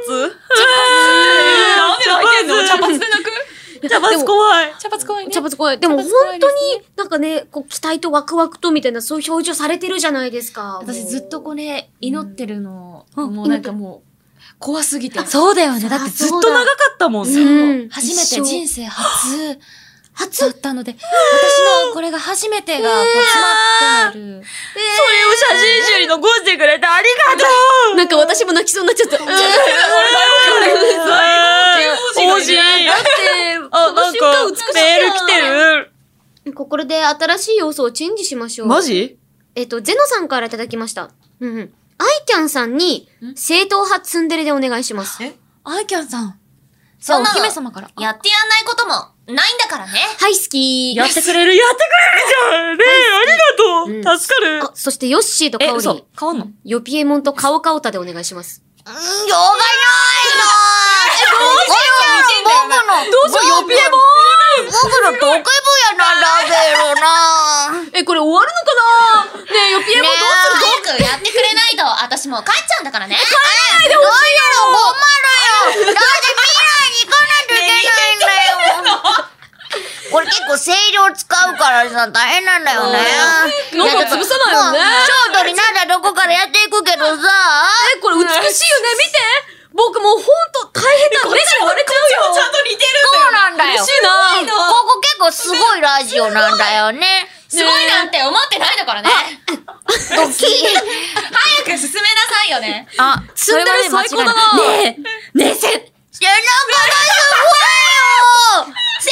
泣いてんの？茶髪で泣く？ 茶髪怖い。 茶髪怖いね。 茶髪怖い。でも本茶髪怖いです当になんかね、こう期待とワクワクとみたいなそういう表情されてるじゃないですか。 私ずっとこれ、祈ってるの、 うんもうなんかもう、怖すぎて。 そうだよね。だってずっと長かったもん。 うそれをん初めて人生初初だったので、私のこれが初めてがこう詰まってる。 写真集に残してくれてありがとうなんか私も泣きそうになっちゃった。うんだ王子。 って、 あ、 このなんか瞬間美しいじゃん、 メール来てる。 これで新しい要素をチェンジしましょう。 マジ？ えっと、ゼノさんからいただきました。うんうん。アイキャンさんに、正統派ツンデレでお願いします。 えアイキャンさん。 そんなのお姫様から。 やってやんないこともないんだからね。 はい、好きやってくれる、やってくれるじゃんねえ、ありがとう、助かる。 あ、そしてヨッシーとカオリ。 え、そう、変わんの？ ヨピエモンとカオカオタでお願いします。 うん、しょうがないなぁ。僕の、 どうしよう、ヨピエモン僕の得意分野なんだけどなぁ。 え、これ終わるのかなねえ、ヨピエモンどうする早くやってくれないと、私もう帰っちゃうんだからね。帰らないでほしいよ。困るよ。だって未来に行かないといけないんだよ。これ結構声量使うからさ、大変なんだよね。 なんか潰さないよね。 ショートになったらどこからやっていくけどさ。 え、これ美しいよね。見て。僕もうほんと大変だ。目が割れちゃうよ。 ちゃんと似てるそうなんだよ。 嬉しいな。 ここ結構すごいラジオなんだよね。 すごいなんて思ってないだからね。 ドキ早く進めなさいよね。 あ、 ツンデレ最高だな。 ねえ、ねえ、せ、 背中がすごいよ。背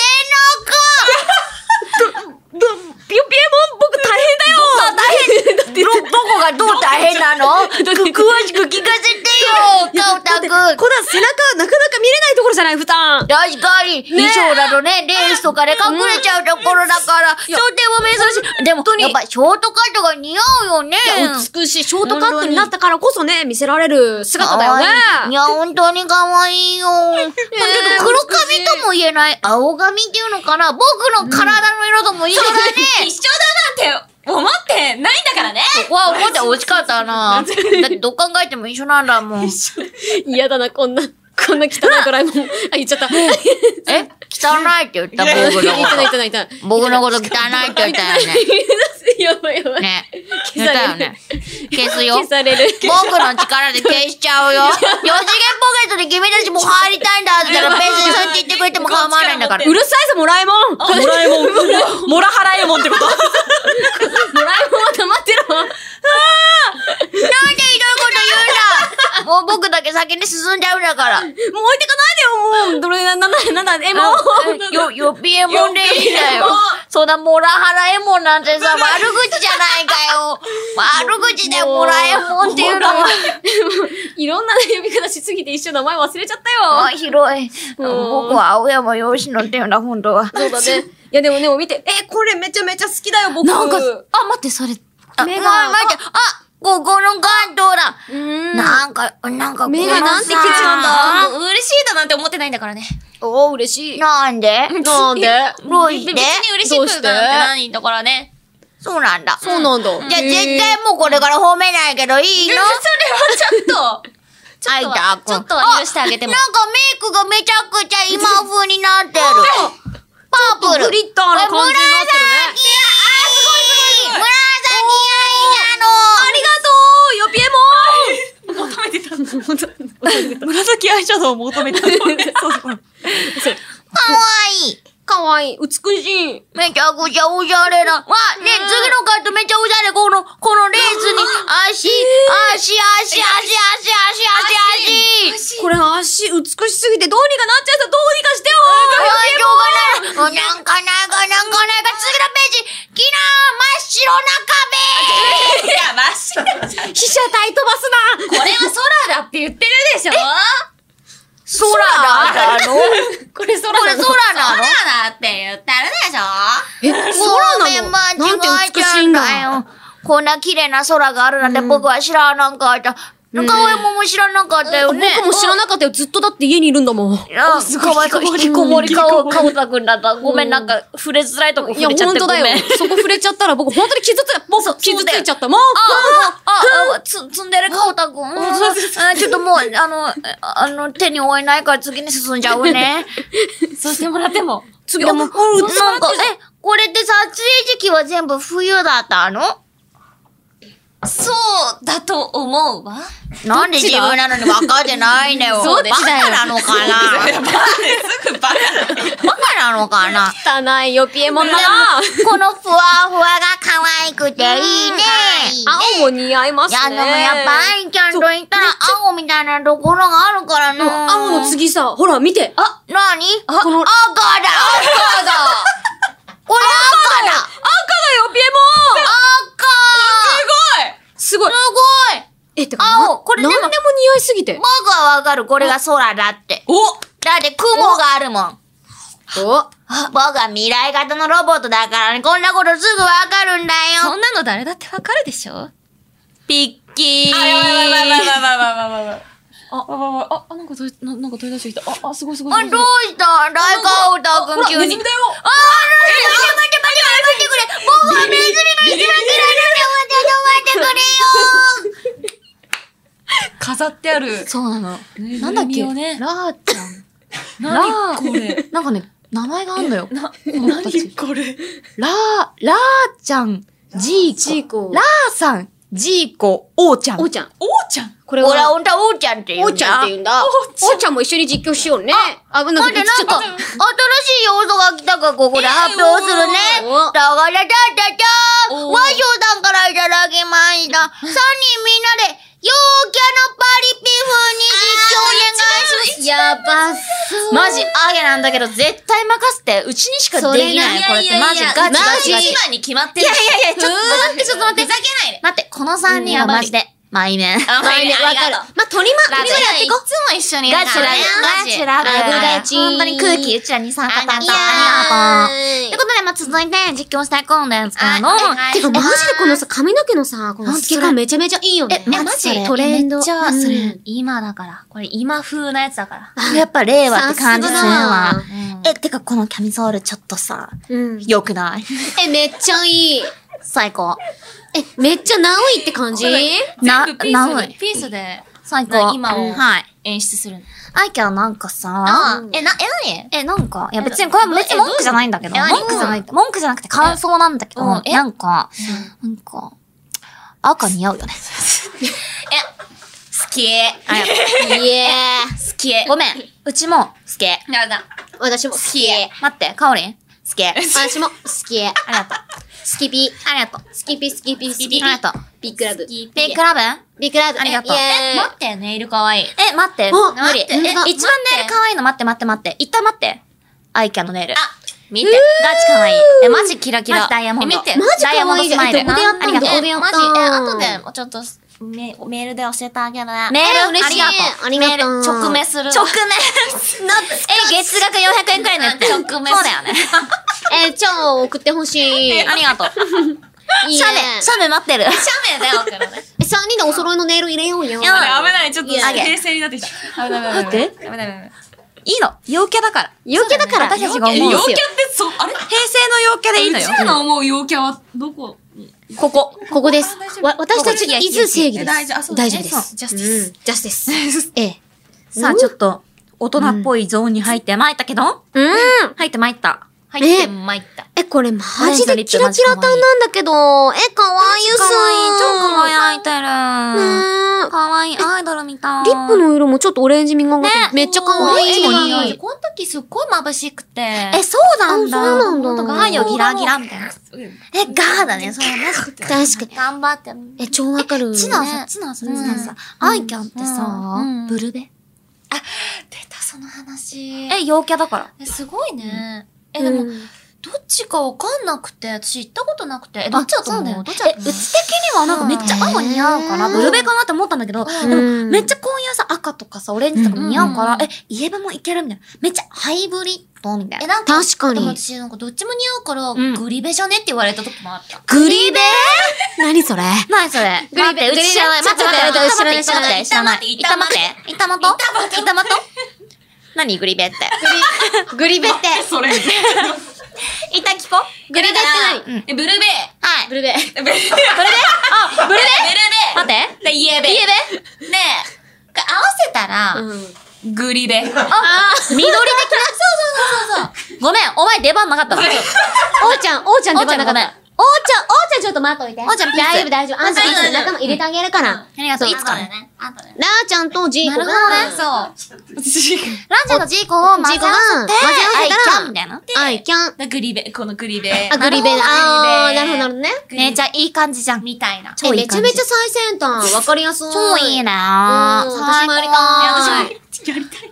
中ピヨピエモン、僕大変だよ。 大変だって。ど、どこがどう大変なの？詳しく聞かせてよ、カオタくん。 こんな背中なかなか見れないところじゃない、普段。 確かに、衣装だとね、レースとかで隠れちゃうところだから、とても珍しい。でも、やっぱショートカットが似合うよね。 美しいショートカットになったからこそね、見せられる姿だよね。 いや、本当に可愛いよ。黒髪とも言えない青髪っていうのかな？僕の体の色とも一緒だね。 一緒だなんて思ってないんだからね。 ここは思って惜しかったな。だってどう考えても一緒なんだもん。 嫌だな、こんな、こんな汚いドラえもん。あ、言っちゃった。 え？汚いって言った僕の言ってない言こってない言ってない。 と。僕のこと汚いって言ったよね。 やばいやばい。 ね。言ったよね。消すよ。 消される。 僕の力で消しちゃうよ。四次元ポケットで君たちも入りたいんだって言ったら別にそうやって言ってくれても構わないんだから。 うるさいぞ、もらえもん。 もらえもん。もらはらえもんってこと？ もらえもんは黙ってろ。 なんでひどいこと言うんだ。もう僕だけ先に進んじゃうんだから。 もう置いてかないでよ、もう。どれ、なんだ、なんだ、え、もう。 よ、よぴえもんでいいんだよ。そんなモラハラえもんなんてさ、悪口じゃないかよ。悪口でモラえもんっていうのは。 いろんな呼び方しすぎて一緒名前忘れちゃったよ。 あ、広い。僕は青山洋志のっていうんだ、本当は。 そうだね。いやでもね、見て。え、これめちゃめちゃ好きだよ、僕。 なんか、あ、待って、それ、 目が、待って、あ、ここの関東だ。なんか、なんか、 目がなんて綺麗なんだ。 嬉しいだなんて思ってないんだからね。 おー、嬉しい。 なんでなんでどうして別に嬉しくなんてないんだからね。 そうなんだ。 そうなんだ。 じゃあ絶対もうこれから褒めないけどいいの？ それはちょっと、ちょっとは、ちょっとは許してあげても。 なんかメイクがめちゃくちゃ今風になってる。パープル。 グリッターな感じになってるね。 紫紫紫愛なの。 ありがとうヨピエモン求めてた。紫アイシャドウを求めてた。そうそう。 かわいい。 かわいい。美しい。 めちゃくちゃおしゃれだ。わ、ね、次のカットめっちゃおしゃれ。この、このレースに、足、足、足、足、足、足、足、足。 これ足美しすぎてどうにかなっちゃうさ、どうにかしてよしょうがない。なんかなんかなんかなんか次のページ。キラー真っ白な壁。 いや、真っ白じゃん。 被写体飛ばすなこれは空だって言ってるでしょ？ 空だったの？ これ空これ空なの？ 空だって言ってるでしょ？ え、空なのなんて美しいんだよ。 こんな綺麗な空があるなんて僕は知らなかった。かわいもも知らなかったよね。 僕も知らなかったよ。ずっとだって家にいるんだもん。 いや、かわいか、引きこもり顔、顔たくんだった。ごめん、なんか、触れづらいとこいや、 触れちゃってごめん。 ほんとだよ。そこ触れちゃったら僕本当に傷つい、僕傷ついちゃった。もうあ、あ、あ、つ、積んでる顔たくん。ちょっともう、あの、あの、手に負えないから次に進んじゃうね。 そうしてもらっても。 次でも、なんか、え、これって撮影時期は全部冬だったの？ そうだと思うわ。 なんで自分なのに分かってないんだよ。 そうですバカなのかなすぐバカバカなのかな汚いよピエモンだな。 このふわふわが可愛くていいね。 青も似合いますね。 いや、でもやっぱ愛ちゃんと言ったら青みたいなところがあるからね。 青の次さ、ほら見て。あ、 なにこの赤だ赤だこれ赤だ。 赤だよ、ピエモン。すごい。すごい。 すごい。 え、てか、 青これでもなんでも似合いすぎて。 僕はわかる。これが空だって。 おだって雲があるもん。 お僕は未来型のロボットだからね、こんなことすぐわかるんだよ。 そんなの誰だってわかるでしょ。 ピッキー。 あ、やばいやばいやばいやばいやばいやばいやばい。あ、あ、あ、あ、なんか取り、ななんか取り出してきた。あ、あ、すごいすごい。 あ、どうしたライカオタくん急に。 ネズミだよ。 あー、待って待って待って待ってくれ。僕はネズミの一番嫌いなんだよ。待って待ってくれよ。 飾ってある。 そうなの。 なんだっけね。 ラーちゃん。 何これ。 なんかね、名前があんのよ。 な、 何これ。 ラー、ラーちゃん、ジーコ。 ジーコ。 ラーさん、ジーコ、オーちゃん。 おーちゃん。 おーちゃん。 これ俺はは、 本当はおーちゃんって言うんだ。 おーちゃんって言うんだ。おーちゃんも一緒に実況しようね。あ、なんか待って、 ちょっとなんか、新しい要素が来たからここで発表するね。 おだからだだだー和尚さんからいただきました。さんにんみんなで、陽キャのパリピ風に実況お願いします。 やばそう。 マジ、アゲなんだけど、絶対任せて。うちにしかできない。これってマジガチガチガチ。 今に決まっている。 やいやいや、ちょっと待って、ちょっと待って。 ふざけないで。 待って、このさんにんはマジで、マイメン。 あ、 前ね、わかる。ま、鳥間、鳥間やっていこう。 いつも一緒にいるガチラブ、ガチラブ。 ラブガチ本当に空気、うちらに参加担当。ありがとう。ということで、まあ、続いて実況したいコーナーですけども。 てか、マジでこのさ、髪の毛のさ、この透け感めちゃめちゃいいよね。 えマジそれトレンド。 めっちゃ、 うんそれ、今だから。これ今風なやつだから。 やっぱ令和って感じするわさすがだわ。 え、てかこのキャミソールちょっとさ、 うん。 良くないえ、めっちゃいい。 最高。 え、めっちゃナウいって感じな、 全部ピなういースで、ピースで最高。 今をはい。 演出するの。 あいきゃんなんかさあ、え、な、え、なにえ、なんか、いや別にこれは別に文句じゃないんだけど、 え文句じゃない、文句じゃなくて感想なんだけど、 うんえなんか、なんか、赤似合うよね。 好き。 ありがとう。 いえ好き。 ごめん。うちも、好き。 やだ。 ー。私も好き。 待って、かおりん好き。あり私も好き。 がとう。 スキピ。 ありがとう。 スキピスキピスキピ。 ありがとう。 ビッグラブ。 ビッグラブビッグラブ。 ありがとうイエーイ待って、ネイルかわいい。 え、待って。 あ無理。え、 待って一番ネイル可愛いの待って待って待って。一旦待って。アイキャンのネイル。 あ、見て。 ガチ可愛い。え、マジキラキラ。 マジダイヤモンドえ見て。 マジダイヤモンドスマイル。 可愛いじゃんどこでやったんだありがとう。 どこでやったマジ、え、後で、もうちょっと、メメールで教えてあげる。 メール、 え嬉しいありがとう。 ありがとうメール直メする。 直メえ、月額よんひゃくえんくらいのやつ。 直メそうだよね。 え、超送ってほしい。 ありがとう。 いいねシャメ、シャメ待ってる。 写メだよ、送るね。 え、三人でお揃いのネイル入れようよ。 やあれ危ない、ちょっといや平成になってきた。危ない危ない危ない。 待って危ない危ない。 いいの。陽キャだから。 陽キャだから。 私たちが思う陽んですよキャって、そう、あれ平成の陽キャでいいのようち。らの思う陽キャは、どこここ。 ここです。わ、私たちここ伊豆正義です。 大丈夫あそうだね大丈夫です。 ジャスティスうんジャスティス。ええ。 さあ、ちょっと、大人っぽいゾーンに入ってまいったけど、 うん。 入ってまいった。 入って参った。 え、これマジでキラキラタンなんだけど、え、かわいいっす。 かわいい。超輝いてる。 ねかわいい。アイドルみたい。 リップの色もちょっとオレンジみがかってめっちゃかわいい。 オレンジも似合うよこの時すっごい眩しくて。 え、そうなんだ。 あそうなんだほとガーよ、ギラギラみたいな。え、ガーだね。それマジで。 確かに。 頑張って。 え、超わかる。 チナさ、チナさ、チナさ、アイキャンってさうん、 ブルベ出た、その話。 え、陽キャだから。 え、すごいね。え、 え、 でも、 でも、 どっちかわかんなくて、私行ったことなくて。え、どっちだと思うそうだよどっちだえ、 と思ううち的にはなんかめっちゃ青似合うから、 うんブルベかなって思ったんだけど、でもうんめっちゃこういうさ、赤とかさ、オレンジとかも似合うからうん、 え、イエベもいけるみたいな。めっちゃハイブリッドみたいえ、 な。 なんか、 確かにでも私、なんかどっちも似合うから、 んグリベじゃねって言われた時もあった。 グリベ何それなにそれグリベ待って、うち知らない。 グリベ待って待って、 ちょっと待って、 知らない知らない。 知らないいたまて。いたまといたまと何グリベって。 グリベって。 それ。 いたきこグリベって何え、ブルベ。 はい。 ブルベ。 ブルベ。 あ、ブルベブルベ。 待って。 で、イエベ。 イエねえ、合わせたら、 うん。 グリベ。 ベ緑的な。そうそうそうそう。ごめん、お前出番なかったわ。 おーちゃん、おーちゃん出番なかっおーちゃんごめんた。おーちゃん、おーちゃんちょっと待っといて。 おーちゃんピース大丈夫大丈夫。あんたいつ仲間入れてあげるから。 ありがとう。いつかね。 ね。あとね。 ラーちゃんとジーコが、 なるほどねそう。 ランジャーとジーコを混ぜ合わせて、 ジーコが混ぜ合わせたらアイキャンみたいな。 アイキャン。 グリベ、このグリベ。 あ、グリベ。あー、なるほどなるほどね。 めっちゃいい感じじゃん。 みたいな。 え、めちゃめちゃ最先端。わかりやすい。 超いいなうんぁ。 私もやりたい私もやりたい。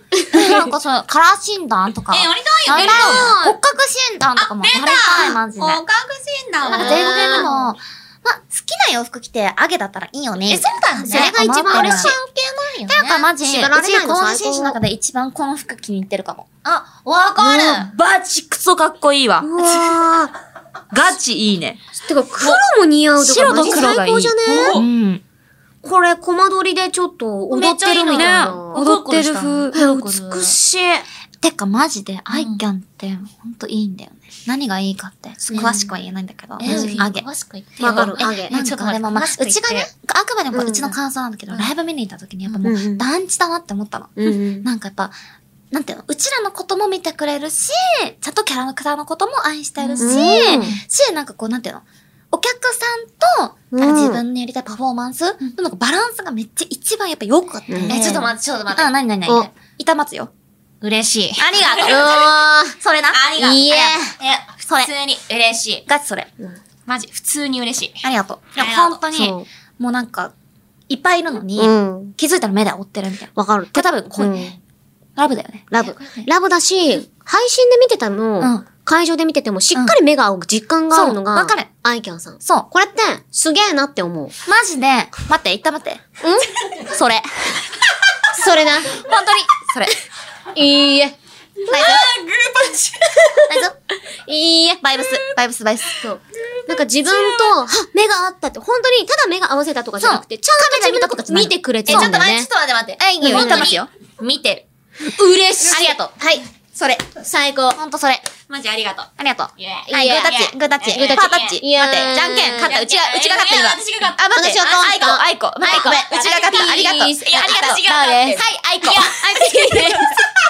なんかそう、カラー診断とか。 え、やりたいよ、 やりたいよ。骨格診断とかもやりたい、マジで。 骨格診断なんか全然でも、まあ、好きな洋服着てアゲだったらいいよね。 え、そうだよね。 それが一番嬉しい。 関係ないよね。 ていうかマジ、うち縛られないの後半選手の中で一番この服気に入ってるかも。 あ、わかる。 バチクソかっこいいわ。 うわガチいいね。 ー。てか、黒も似合うとか白とマジ黒がいい。 最高じゃねうん。 これ、コマ撮りでちょっと踊ってるみたいな。 踊ってる風。 美しい。 てかマジで、アイキャンってほんといいんだよね。何がいいかって、詳しくは言えないんだけど、マジアゲ。 詳しく言ってわかる、あげ。 なんかでもまあ、うちがね、あくまでもうちの感想なんだけど、ライブ見に行った時にやっぱもう、団地だなって思ったの。なんかやっぱ、なんていうの、うちらのことも見てくれるし、ちゃんとキャラクターのことも愛してるし、し、なんかこう、なんていうの、お客さんと、なんか自分のやりたいパフォーマンスのなんかバランスがめっちゃ一番やっぱ良くあって。 え、ちょっと待って、ちょっと待って。 あ、なになになに痛まつよ。 嬉しい。 ありがとう。 うわそれな。 ありがとう。 いいえ。 え、普通に嬉しい。 ガチそれ。 マジ、普通に嬉しい。 ありがとう。いや、 ありがとう本当に、 そうもうなんか、いっぱいいるのに、 うん。 気づいたら目で追ってるみたいな。 わかる。 これ多分、こう、 うんラブだよね。 ラブ。ラブだし、配信で見てたの、 うん会場で見ててもしっかり目が合う実感があるのが、 そうわかるアイキャンさん。 そう。 これって、すげえなって思う。 マジで、待って、一旦待って。うんそれ。 それな。 本当に、それ。 いいえ。 大丈夫大丈夫いいえ。 バイブス、バイブス、バイブス。 そう。なんか自分と、は目が合ったって、本当にただ目が合わせたとかじゃなくて、ちゃんと自分のこと見てくれてえ、 るんだよちょっと待って、ちょっね。 と待って待って。 え、いいよ、 本当に言ってますよ。 見て嬉しい。 ありがとう。 はい。 それ。 最高。 ほんとそれ。 る。マジありがとう。 ありがとう。 イエーイはい、 イエーイグータッチ、グータッチ、 グータッチパータッチ。 イエーイ待って、じゃんけん、勝った。うちが、うちが勝った今。 私が勝ったあ、待って、 私はあいこ、あいこ。待って、ごめん。うちが勝った。ありがとう。 いやありがとうバーです。はい、あいこ。 いや、あいつ、鳥間、鳥間、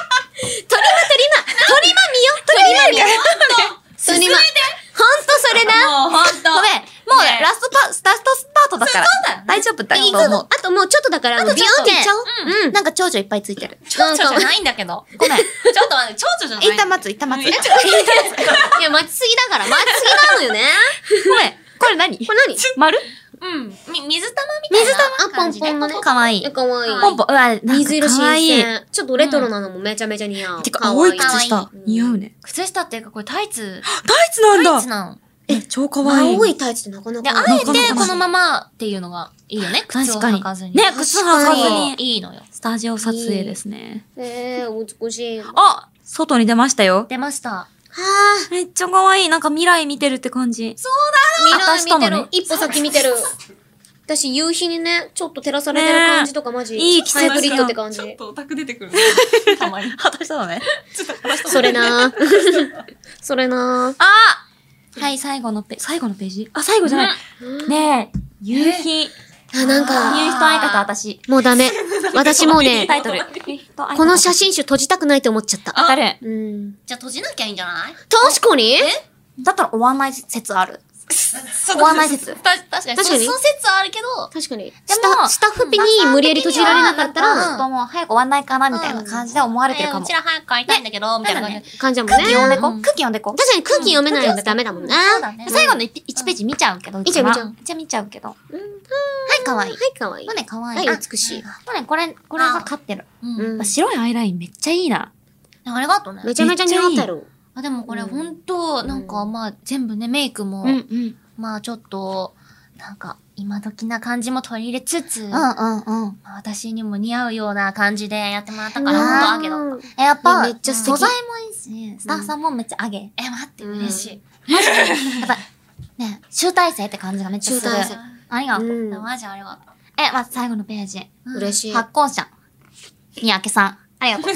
鳥間見よ、鳥間見よ。鳥間。ほんとそれな。 もうほんと。 ごめん。もう、 ねラストパ、スタートスパートだから。大丈夫だと思う。 あともうちょっとだから、ビヨンっていっちゃおう。うん。 なんか蝶々いっぱいついてる。 蝶々じゃないんだけど。 ごめん。 ちょっと待って、蝶々じゃない。 一旦待つ、一旦待つ。 いや、待ちすぎだから、待ちすぎなのよね。 ごめん。これ何これ何丸うん。み、水玉みたいな水玉感じで。 あポンポンのねかわいいえ、。かわいい。 ポンポン、うわ、なんか水色かわいい。 新鮮。ちょっとレトロなのもめちゃめちゃ似合う。 てか、 かわ青い靴下かわ。 似合うね。 靴下っていうか、これタイツ。 タイツなんタイツだなの。 え、超かわいい。 青いタイツってなかなで、 か。 あえてなかなかこのままっていうのがいいよね。靴を確かに履かずに。 ね靴履かずにいいのよ。 スタジオ撮影ですね。 えー、美しい。はあ外に出ましたよ。 出ました。 ぁ。 めっちゃ可愛い。なんか未来見てるって感じ。 未来見て私とのね。 る一歩先見てる。私、夕日にね、ちょっと照らされてる感じとかマジ。 いい季節ハイブリッドって感じ。 オタク出てくる。 たまに。 私とのね。 それなぁ。それなぁ。 あはい、最後のペ、最後のページあ、最後じゃない。ねえ、夕日。 あ、なんか、 夕日と愛花と私。 もうダメ。私もうね、 タイトル。 この写真集閉じたくないって思っちゃった。 わかる。 うん。 じゃあ閉じなきゃいいんじゃない確かにだったら終わんない説ある。終わんない説。 た、確かに。 確かにそその説はあるけど、 確かに。 でスタ、スタッフピに無理やり閉じられなかったなんら、 かちょっともう早く終わんないかなみたいな感じで思われてるかもえうち。ら早く帰りたいんだけど、みたいな感じで。 感じだもんね。 空気読んでこうん空気読んでこ確かに空気読めないのダメだもんね。 そうだね。 最後のいちページ見ちゃうけど、 見ちゃう見ちゃうめっちゃ見ちゃうけど。 うんはい、かわいい。 はい、かわいい。 もうね、かわい。 はいい、 あ美しい。 もうね、これ、これが勝ってる。 うん。 うん白いアイラインめっちゃいいな。 ありがとうね。 めちゃめちゃ似合ってる。 あ、でもこれうんほんと、なんかまあ全部ね、メイクも、 うん。 まあちょっと、なんか今時な感じも取り入れつつ、 うんまうんうん。 あ私にも似合うような感じでやってもらったから、ほんとあげだった。 うんえ、やっいぱ、 やめっちゃ素敵素材もいいし、スタッフさんもめっちゃあげ。 え、待って、 うん嬉しい。 やっぱ、ね、集大成って感じがめっちゃする。 集大成ありがとう。 うんマジありがとう。 え、まず最後のページ。 嬉しい。 発行者。三宅さん。ありがとう。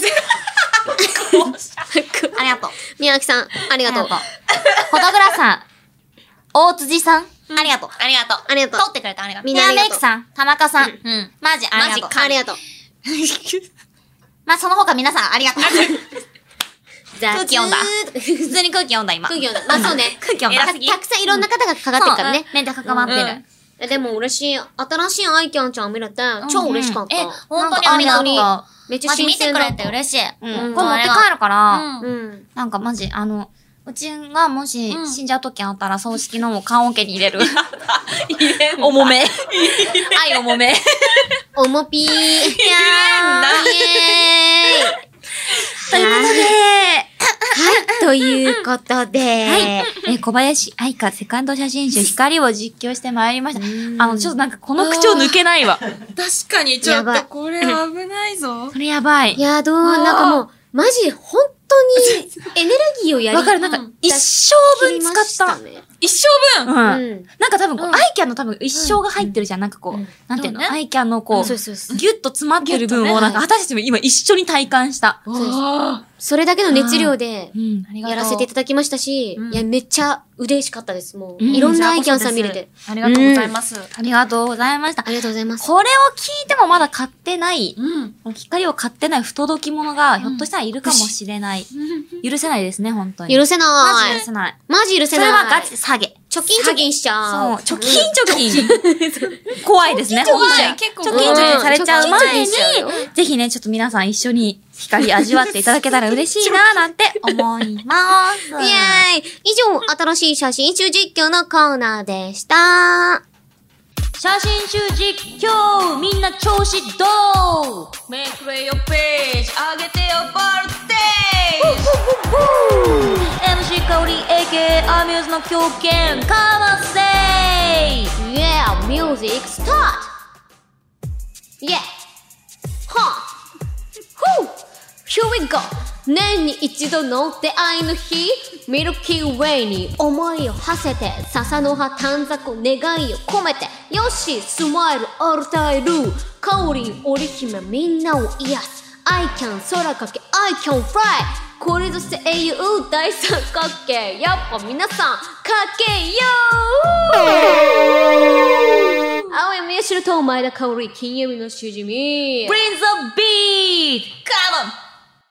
ありがとう。 宮脇さん、ありがとう。 フォトグラさん。大辻さん。ありがとう。 ありがとう。 ありがとう。 撮ってくれてありがとう。 ヘアみんなありがとうメイクさん。田中さん。 うん。 マジありがとう。 マジかありがとう。 まあ、その他皆さんありがとう。 空空気読んだ。普通に空気読んだ、今。 空気読んだ。まあそうね。 空気読んだ。 たたくさんいろんな方がかかってるからね。 メンテ関わってる。 えでも嬉しい。新しいアイキャンちゃん見れて、超嬉しかった。 え、本当にありがとう。 なんかめっちゃマジ新見てくれ鮮だった。 て嬉しい。 うん。 うんこれ持って帰るから、 うん。 うん。 なんかマジ、あの、うちがもしうん死んじゃう時あったら、葬式の棺桶に入れる。重め。愛重め。 おもぴー。いやー。イエーイ。 ということで、 はい、ということで、 はい。えー、小林愛花セカンド写真集光を実況してまいりました。あの、ちょっとなんかこの口調抜けないわ。 確かにちょっとこれ危ないぞ。 それやばい。 いや、どう、なんかもう、マジ、本当に、エネルギーをやりわかる、なんか、一生分使った。 ね、 一生分、 うん、 うんなんか多分こう、アイキャンの多分一生が入ってるじゃん。なんかこう、なんていうの、アイキャンのこう、 そうそうそう。 ギュッと詰まってる分をなんか私たちも今一緒に体感した。 あそれだけの熱量で、 うん。 やらせていただきましたし、 うんいや、めっちゃ嬉しかったです。もう、 うんいろんなアイキャンさん見れて。 ありがとうございます。 ありがとうございました。 ありがとうございます。 これを聞いてもまだ買ってない、 うん。 光を買ってない不届き者がひょっとしたらいるかもしれない。許せないですね、本当に。 許せマないジ許。せない。 マジ許せない。 それはガチで下げ。 貯金貯金しちゃう。 そう、貯金貯金。怖いですね、本当に。 結構貯金貯金されちゃう前にうん貯金貯金しちゃうよ、 ぜひね、ちょっと皆さん一緒に光味わっていただけたら嬉しいな、なんて思います。 イエーイ以上、新しい写真集実況のコーナーでした。 写真集実況みんな調子どうめくれよページ上げてよボルテーエムシー 香り エーケー アミューズの狂犬かませ Yeah, music start! Yeah! はぁ Here we go! 年に一度の出会いの日ミルキーウェイに思いを馳せて笹の葉短冊願いを込めてよしスマイルアルタイル香り織姫みんなを癒す I can 空かけ I can fly これぞ声優大三角形やっぱ皆さんかけよう青山宮代と前田香織金曜日のしじみ Bring the beat! Come on!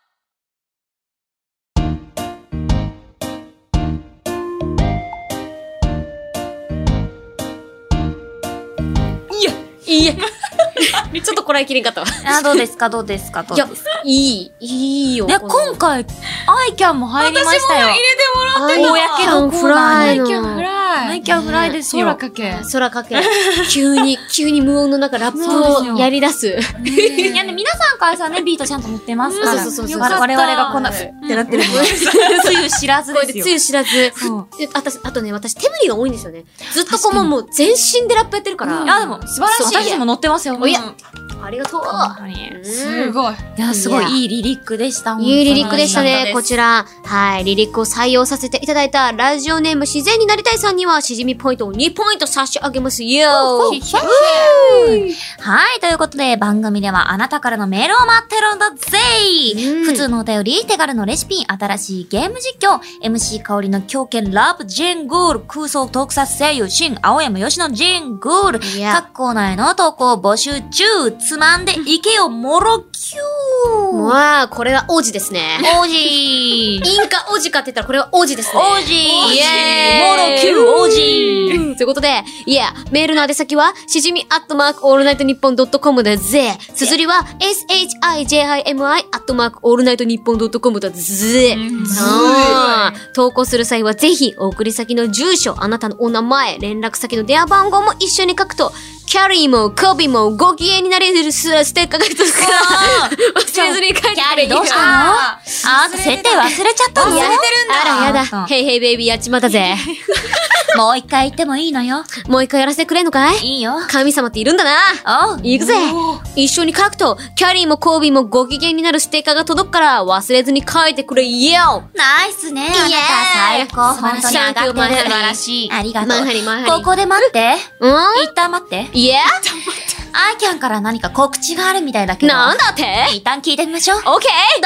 いいえちょっとこらえきれんかったわあ、どうですかどうですかどういやですかいいいいよね、今回、アイキャンも入りましたよ。 入れてもらってた公のコーナーアイのキャンフライアイキャンフライですよ。 空かけ。 空かけ急に急に無音の中ラップをやり出すいやね、皆さんからさね、ビートちゃんと乗ってますから。 そうそうそうそう我々がこんな、ふってなってるのは、つゆ知らずこれですよ。 でつゆ知らずそうであたあとね私手振りが多いんですよねずっとこうもう全身でラップやってるからいや、でも、素晴らしい。 そう私たちも乗ってますよ。 おやうんありがとう本当に。 すごい。 いや、すごいいいリリックでした。 いいリリックでしたね。 本当にこちら、はい、リリックを採用させていただいたラジオネーム自然になりたいさんには、しじみポイントをにポイント差し上げますよ。 はい、ということで、番組ではあなたからのメールを待ってるんだぜ、 うん普通のお便り、手軽のレシピ、新しいゲーム実況、エムシー 香りの狂犬ラブジングール、空想特撮声優、新青山吉野ジングール、 いや各コーナーへの投稿募集中、つまんでいけよ、もろきゅー。 わあ、これは王子ですね。 王子インカ王子かって言ったらこれは王子ですね。 王子イエーイもろきゅう王子ということで、いや、メールの宛先は、しじみアットマークオールナイトニッポンドットコムだぜ。綴りは、エスエイチアイジェイアイエムアイ アットマークオールナイトニッポンドットコムだぜ。あー投稿する際はぜひ、送り先の住所、あなたのお名前、連絡先の電話番号も一緒に書くと、キャリーもコビもご機嫌になれるスステッカーが一つから忘れずに書いてくれキャリーどうしたのあー、設定忘れちゃったのいやあらやそうだ。ヘイヘイベイビーやっちまったぜ。 もう一回言ってもいいのよ。 もう一回やらせてくれんのかいいいよ。 神様っているんだな。 おう。 行くぜ。一緒に書くと、キャリーもコービーもご機嫌になるステッカーが届くから忘れずに書いてくれよ。 ナイスね。あなた最高。本当に上がってる。 素晴らしい。ありがとう。 マンハリマンハリここで待って。 うん一旦待って。 いやアイキャンから何か告知があるみたいだけど。 なんだって一旦聞いてみましょう。 オッケーどう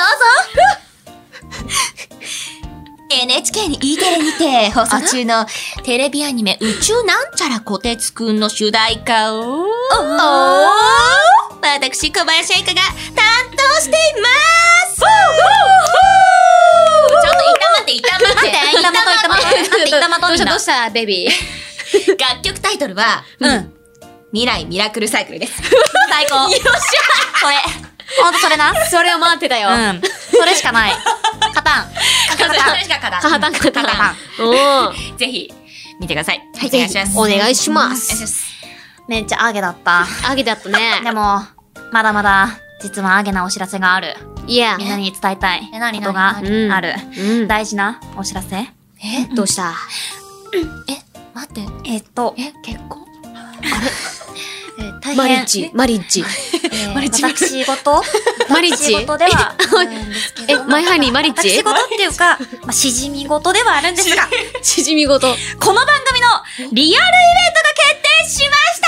ぞエヌエイチケー に E テレにて放送中のテレビアニメ宇宙なんちゃらこてつくんの主題歌を私小林愛花が担当していますちょっと痛まって痛まって待って、痛まと痛まと。待って、痛まとみんなどうしたどう。したベビー楽曲タイトルはうん。 未来ミラクルサイクルです最高。よっしゃそれ。ほんとそれな。 それを待ってたよ。 うん。それしかない。カタン。カタン。 それしかかなカハタンカハタン。 カタン。 おぜひ見てくださいはい、 お願いしますお願いしまお願いしす。 ますめっちゃアゲだった。 あげだったね。 でも、まだまだ、実はアゲなお知らせがある。 いや。 みんなに伝えたいえ何ことが何ある。 うん。 大事なお知らせ。 えどうした待って。 えっと、 え結婚えー大変マリッジ、マリッジ。 えーマリッジ私事マリッジ私事ではあるんですけえ、 ど、 マイハニー、マリッジ私事っていうか、まあ、しじみ事ではあるんですが、 しじみごと。 この番組のリアルイベントが決定しました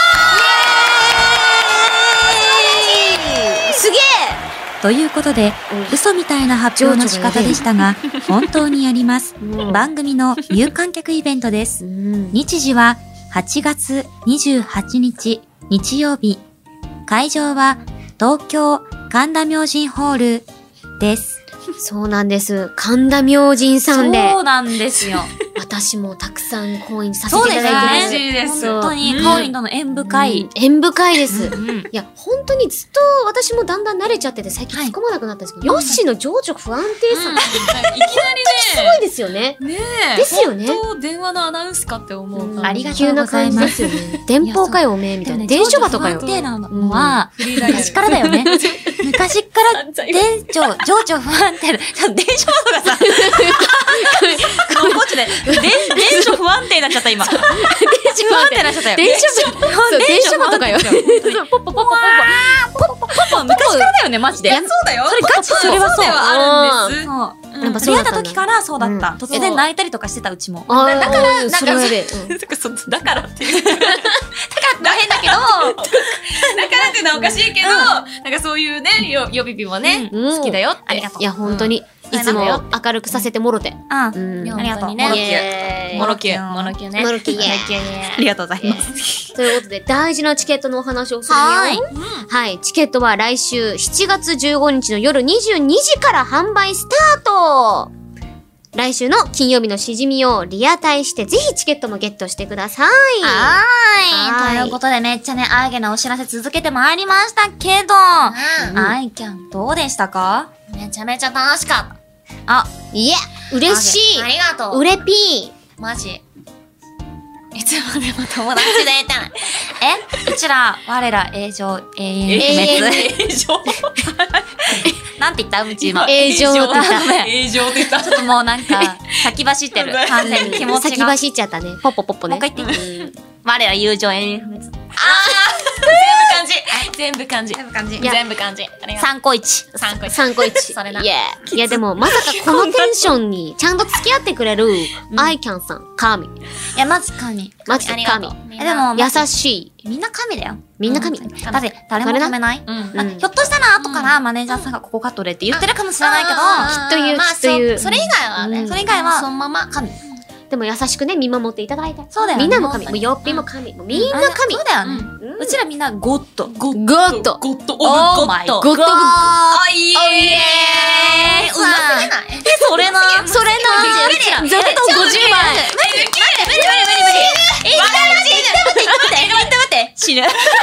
すげえということで、嘘みたいな発表の仕方でしたが、本当にやります。 うん番組の有観客イベントでうす。 ん。 日時ははちがつにじゅうはちにち日曜日。会場は東京神田明神ホールです。 そうなんです。神田明神さんでそ、うなんですよ。 私もたくさん講演させてそうですいただいてます。 ね。 嬉しいです本当に、カオリンとの縁深い。 うん縁深いです。 うんいや、本当にずっと私もだんだん慣れちゃってて最近突っ込まなくなったんですけど、ヨッシーの情緒不安定さ、 いきなすごいですよね。 りね。ねえ。 ですよね本当電話のアナウンスかって思う。 ありがと急うございな感じま。 ですすよね。電報かよ、おめえ、みたいな。電書バとかよ不。安定なのは、 フリーダイヤル昔からだよね。昔から、店長、情緒不安定だ。ちょっと電書バとかさ、このこっちで、電電書不安定になっちゃった、今。電書不安定になっちゃったよ。 電書バ、そう、電書バとかよ。 ポッポポポポポポポ昔からだよね、マジで。 やそうだよ。 それガチそれはそうではあるんです。 そう。 やっぱ出会っそうだったたんだ時からそうだった。 うん突然泣いたりとかしてた、うちも。 あーだからうんそれはやべえ。うんだからそだからっていう。だから変だけど、 だからっていうのはおかしいけど、なんかそういうね、よ、よびびもね、 うん好きだよって。 ありがとういや、本当に、いつも明るくさせてもろて。 あうん。 ありがとう。 本当にねモロキュイエーイモロキュモロキュね。 モロキュイエーイモロキュねありがとうございます。 ということで、大事なチケットのお話をするよ。 はいはい。チケットは来週しちがつじゅうごにちの夜にじゅうにじから販売スタート。来週の金曜日のしじみをリアタイして、ぜひチケットもゲットしてください。 はーい。 はいということで、めっちゃね、アイゲなお知らせ続けてまいりましたけど、 うんアイキャン、どうでしたか？ めちゃめちゃ楽しかっあ、 いえ、嬉しいた。あ。りがとう。 うれぴマジ。いつまでも友達でいたい。 えうちら、我ら、永城、永遠永遠不滅。 永常。 なんて言ったうち今。 ー。永常って言った。 ごめん永常って言った。 ちょっともうなんか、先走ってる。完全に気持ち先が。 走っちゃったね。ポッポポッポね。 もう一回言って我ら友情永遠不滅。 漢字。全部漢字。 全部漢字。 全部漢字。ありがとう。 三個一。 三個一。 三個一。 それないや。いやでも、まさかこのテンションにちゃんと付き合ってくれる、アイキャンさん、神。 いや、マジ神。 マジで神。 え、でも、 優しい。 みんな神だよ。 みんな神。 だって、誰も止めない。 うん。 うんひょっとしたら後からマネージャーさんがここカットでって言ってるかもしれないけど、 きっと言うまあきっと言うそそれ以外はね。 うんそれ以外はそのまま。 神。 でも優しくね、見守っていただいて。 そうだよねみんなも神。 本当にもうよっぴも神。もうみんな神。 そうだよね。 うんうちらみんなゴッド。ゴッゴッド。 ゴッドオブオーゴッド。 マイゴッゴッド。 あ、いいおいえーうますぎないえ、それな。 それな。 うちら。 ざっとごじゅうまい。 無理無理無理無理無理無理。え、待って待って待って待って待って待って死ぬ。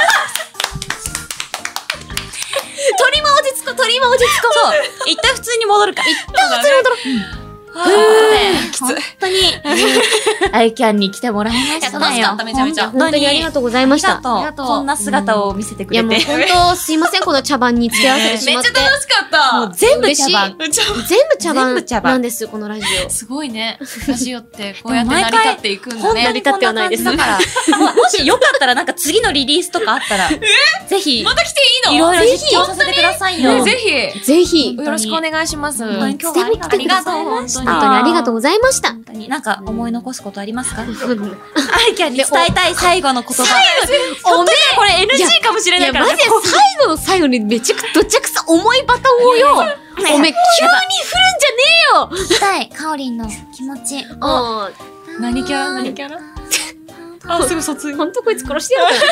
鳥も落ち着こう、鳥も落ち着こそう。一旦普通に戻るから。一う。普通に戻ろう。 本当に、アイキャンに来てもらいましたよ。 楽しかっためちゃめちゃ本当にありがとうございました。 ありがとう。こんな姿を見せてくいやもうれて。 本当すいません、この茶番に付き合わせてしまって。 めっちゃ楽しかった。 もう全部茶番。 めっちゃ全部茶番全部茶番なんです、このラジオ。 すごいね。ラジオってこうやって成り立っていくんだね。 本当にこんな感じだから。ももしよかったらなんか次のリリースとかあったら、ぜひ、 また来ていいのいろいろ実況させてくださいよ。 ねぜひ。 ぜひ、 よろしくお願いします。 本当に今日はありがとうございました。 本当にありがとうございました。 本当になんか思い残すことありますか？アイキャンに伝えたい最後の言葉。おめえこれ エヌジー かもしれいや、 ないからね。 マジで最後の最後にめちゃくどちゃくさ重いバトンをよ。おめえ、急に振るんじゃねえよ。 聞きたい、カオリンの気持ち。 あ何キャラ何キャラあ、すぐ卒業。 ほんとこいつ殺してやるから。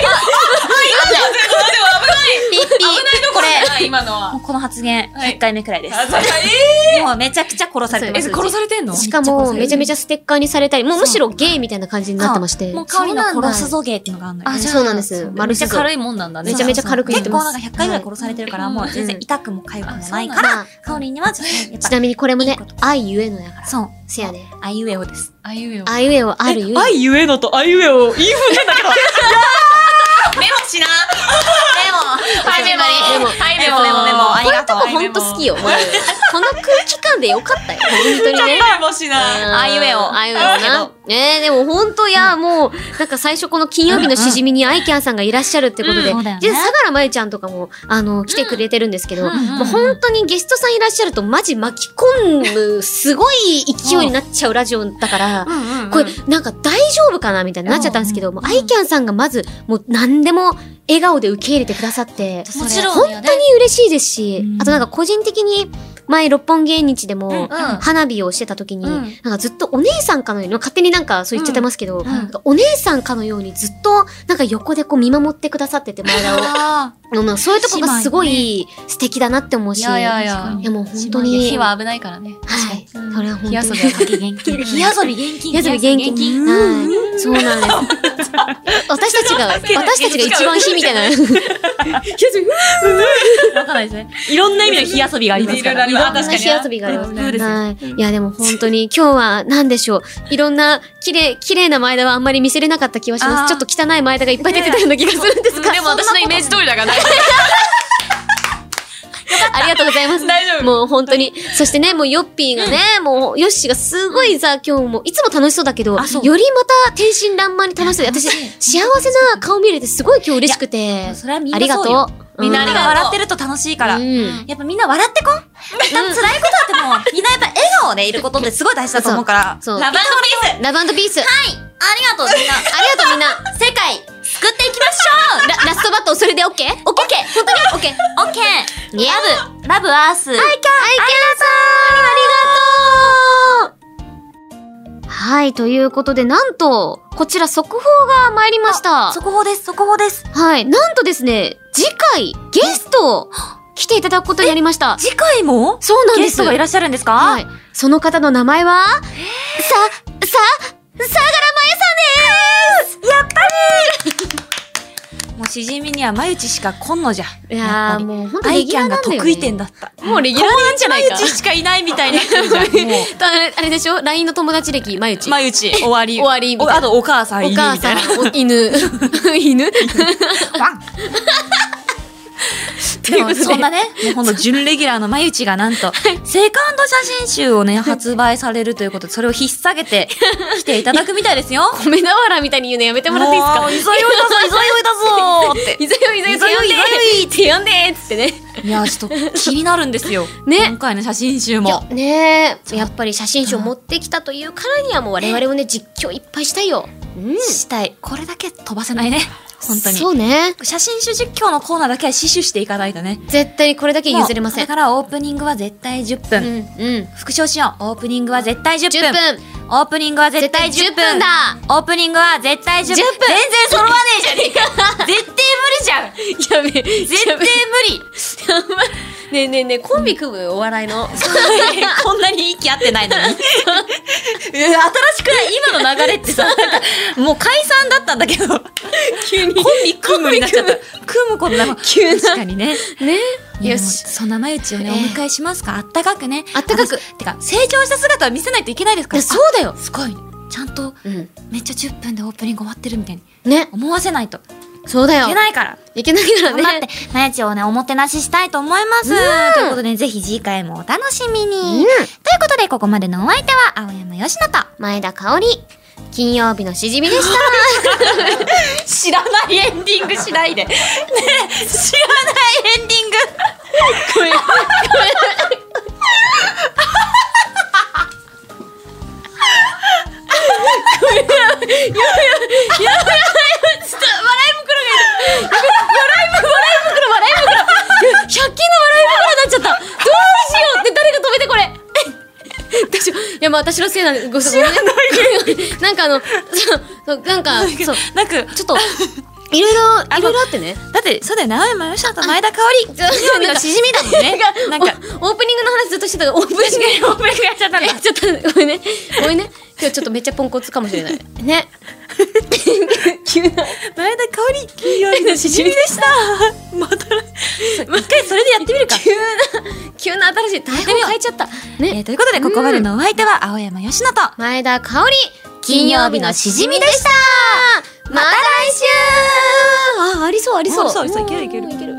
ピッピー。これ、 れ、今のは。 もうこの発言、 はいひゃっかいめくらいです。 あ、そうえもうめちゃくちゃ殺されてまえ、 す。 殺されてんのしかも、めちゃめちゃステッカーにされたり、もうむしろゲイみたいな感じになってまして。 もうカオリンの殺すぞゲーっていうのがあるのよ。 あ、そうなんです。マルチゾ。 めっちゃ軽いもんなんだね。 めちゃめちゃ軽く言ってます。 結構なんかひゃっかいぐらい殺されてるから、もう全然痛くも痒くもないから、 まあ、 カオリンにはちょっとやっぱちなみにこれもねいいこと、 愛ゆえのやから。 そう。 せやね。 あいうえおです。 あいうえお。 あいうえをあるゆえ。 ゆえのとあいうえお、言い分なんだけど。メモしな。メモ。はい、メモ。 メモはい、 メモメモメモありがとう。 ほんと好きよ。もうこの空気感でよかったよ。本当にね。 もしな。 あいうえお。 あいうえおな。ねえ、でもほんと、いや、もう、なんか最初この金曜日のしじみにアイキャンさんがいらっしゃるってことで、 うんそうだよね実は相良まゆちゃんとかも、あの、来てくれてるんですけど、もう本当にゲストさんいらっしゃるとマジ巻き込む、すごい勢いになっちゃうラジオだから、これ、なんか大丈夫かなみたいになっちゃったんですけど、もうアイキャンさんがまず、もう何でも笑顔で受け入れてくださって、 もちろん本当に嬉しいですし、あとなんか個人的に、前、六本木縁日でも、花火をしてた時に、なんかずっとお姉さんかのように、勝手になんかそう言っちゃってますけど、なんかお姉さんかのようにずっと、なんか横でこう見守ってくださってて、前田を。うんそういうとこがすごい素敵だなって思うし。 いやいやいや。 いやもう本当に。 火は危ないからね。 はい。それは本当に。 火遊びは厳禁。 火遊び厳禁。 火遊び厳禁。はい。そうなんです。私たちが、私たちが一番火みたいな。火遊び、 わかんないですね。いろんな意味の火遊びがありますから。 いろんな火遊びがありますね。はい。いやでも本当に今日は何でしょう。いろんな綺麗、綺麗な前田はあんまり見せれなかった気はします。ちょっと汚い前田がいっぱい出てたような気がするんですが。 でも私のイメージ通りだから大丈ありがとうございます。 大丈夫。 もう本当に。そしてね、もうヨッピーがね、もうヨッシーがすごいさ、今日も、いつも楽しそうだけど、よりまた天真爛漫に楽しそうで、私、幸せな顔見れてすごい今日嬉しくて。 それはみんなありがとう。 みんなが笑ってると楽しいから。やっぱみんな笑ってこん。辛いことあっても、みんなやっぱ笑顔でいることってすごい大事だと思うから。 そう。 ラブ&ピースラブ&ピース。はい。 ありがとうみんな。 ありがとうみんな。 世界救っていきましょうララストバットそれでオッケーオッケー本当にオッケーオッケーラブラブアースアイキャンアイキャンさんありがとうはい、ということで、なんと、こちら速報が参りました。 速報です、速報です。 はい、なんとですね、次回、ゲスト、来ていただくことになりました。 次回もそうなんです。 ゲストがいらっしゃるんですか？ はい。その方の名前は、さ、さ、相良真由さんでーすやっぱりもうしじみにはまゆちしか来んのじゃ。 いやーもうほんとアイキャンがレギュラーなんだよね。 得意点だった。 もうレギュラーなんじゃないか。 まゆちしかいないみたいになってるじゃん。もう。 あれ、あれでしょ ?ライン の友達歴、まゆち。 まゆち、終わり。 終わりみたいな。 あとお母さん、 お母さん、犬。犬ワンでもそんなね、もうほんと準レギュラーのまゆちがなんと、セカンド写真集をね、発売されるということで、それを引っ提げて来ていただくみたいですよ。 米俵みたいに言うのやめてもらっていいですか？ もういざよいだぞ、いざよいだぞって。 いざよいざよいざよいざよいって呼んでーっつってね。 いや、ちょっと気になるんですよ。 ね。 今回の写真集も。 ねえ。やっぱり写真集を持ってきたというからにはもう我々をね、実況いっぱいしたいよ。 うん。したい。これだけ飛ばせないね。本当に。 そうね。 写真集実況のコーナーだけは死守していかないとね。 絶対にこれだけ譲れません。 だからオープニングは絶対じゅっぷん。 うん。うん。 復唱しよう。オープニングは絶対じゅっぷん。 じゅっぷん。 オープニングは絶対じゅっぷん。 じゅっぷんだ。 オープニングは絶対じゅっぷん。 じゅっぷん。 全然揃わねえじゃねえか。絶対無理じゃん。 やべえ。 絶対無理。 ねえねえねえ、コンビ組むお笑いの。 こんなに息合ってないのに。新しくない今の流れってさ、なんか、もう解散だったんだけど、急にコンビ組むになっちゃった。組むことな急な。確かにね。 ね。 よし。そんなまゆちをね、お迎えしますか。あったかくね。 あったかく。 てか、成長した姿を見せないといけないですから。 そうだよ。 すごい。ちゃんと、めっちゃじゅっぷんでオープニング終わってるみたいに。 ね。 思わせないと。 そうだよ。 いけないから。 いけないからね。 待って、まゆちをね、おもてなししたいと思います。ということで、ぜひ次回もお楽しみに。ということで、ここまでのお相手は、青山よしのと、 前田香織。金曜日のしじみでした。 知らないエンディングしないで。ねえ、知らないエンディング。ごめん。ごめん。ごめん。やばいやばい。やばいやばい。ちょっと、笑い袋がいる。笑い袋、笑い袋。ひゃく均の笑い袋になっちゃった。どうしようって誰か止めてこれ。 私、いや、まあ私のせいなんで、ごめんね。なんかあの、そう、なんか、そう、 なんか、 ちょっと、いろいろ、いろいろあってね。 だって、そうだよね、青山よしのと前田香織。金曜日のしじみだもんね。なんか、 オープニングの話ずっとしてたから、オープニング、オープニングやっちゃったんだ。やっちゃった。ごめんね。ごめんね。今日ちょっとめっちゃポンコツかもしれない。ね。急な。 前田香織、金曜日のしじみでした。また、一回それでやってみるか。 急な、急な新しい台本変えちゃった。 ね。ということで、ここまでのお相手は、青山よしのと、 前田香織、 金曜日のしじみでした。 また来週。あ、ありそう、ありそう。 そうそう、いけるいける。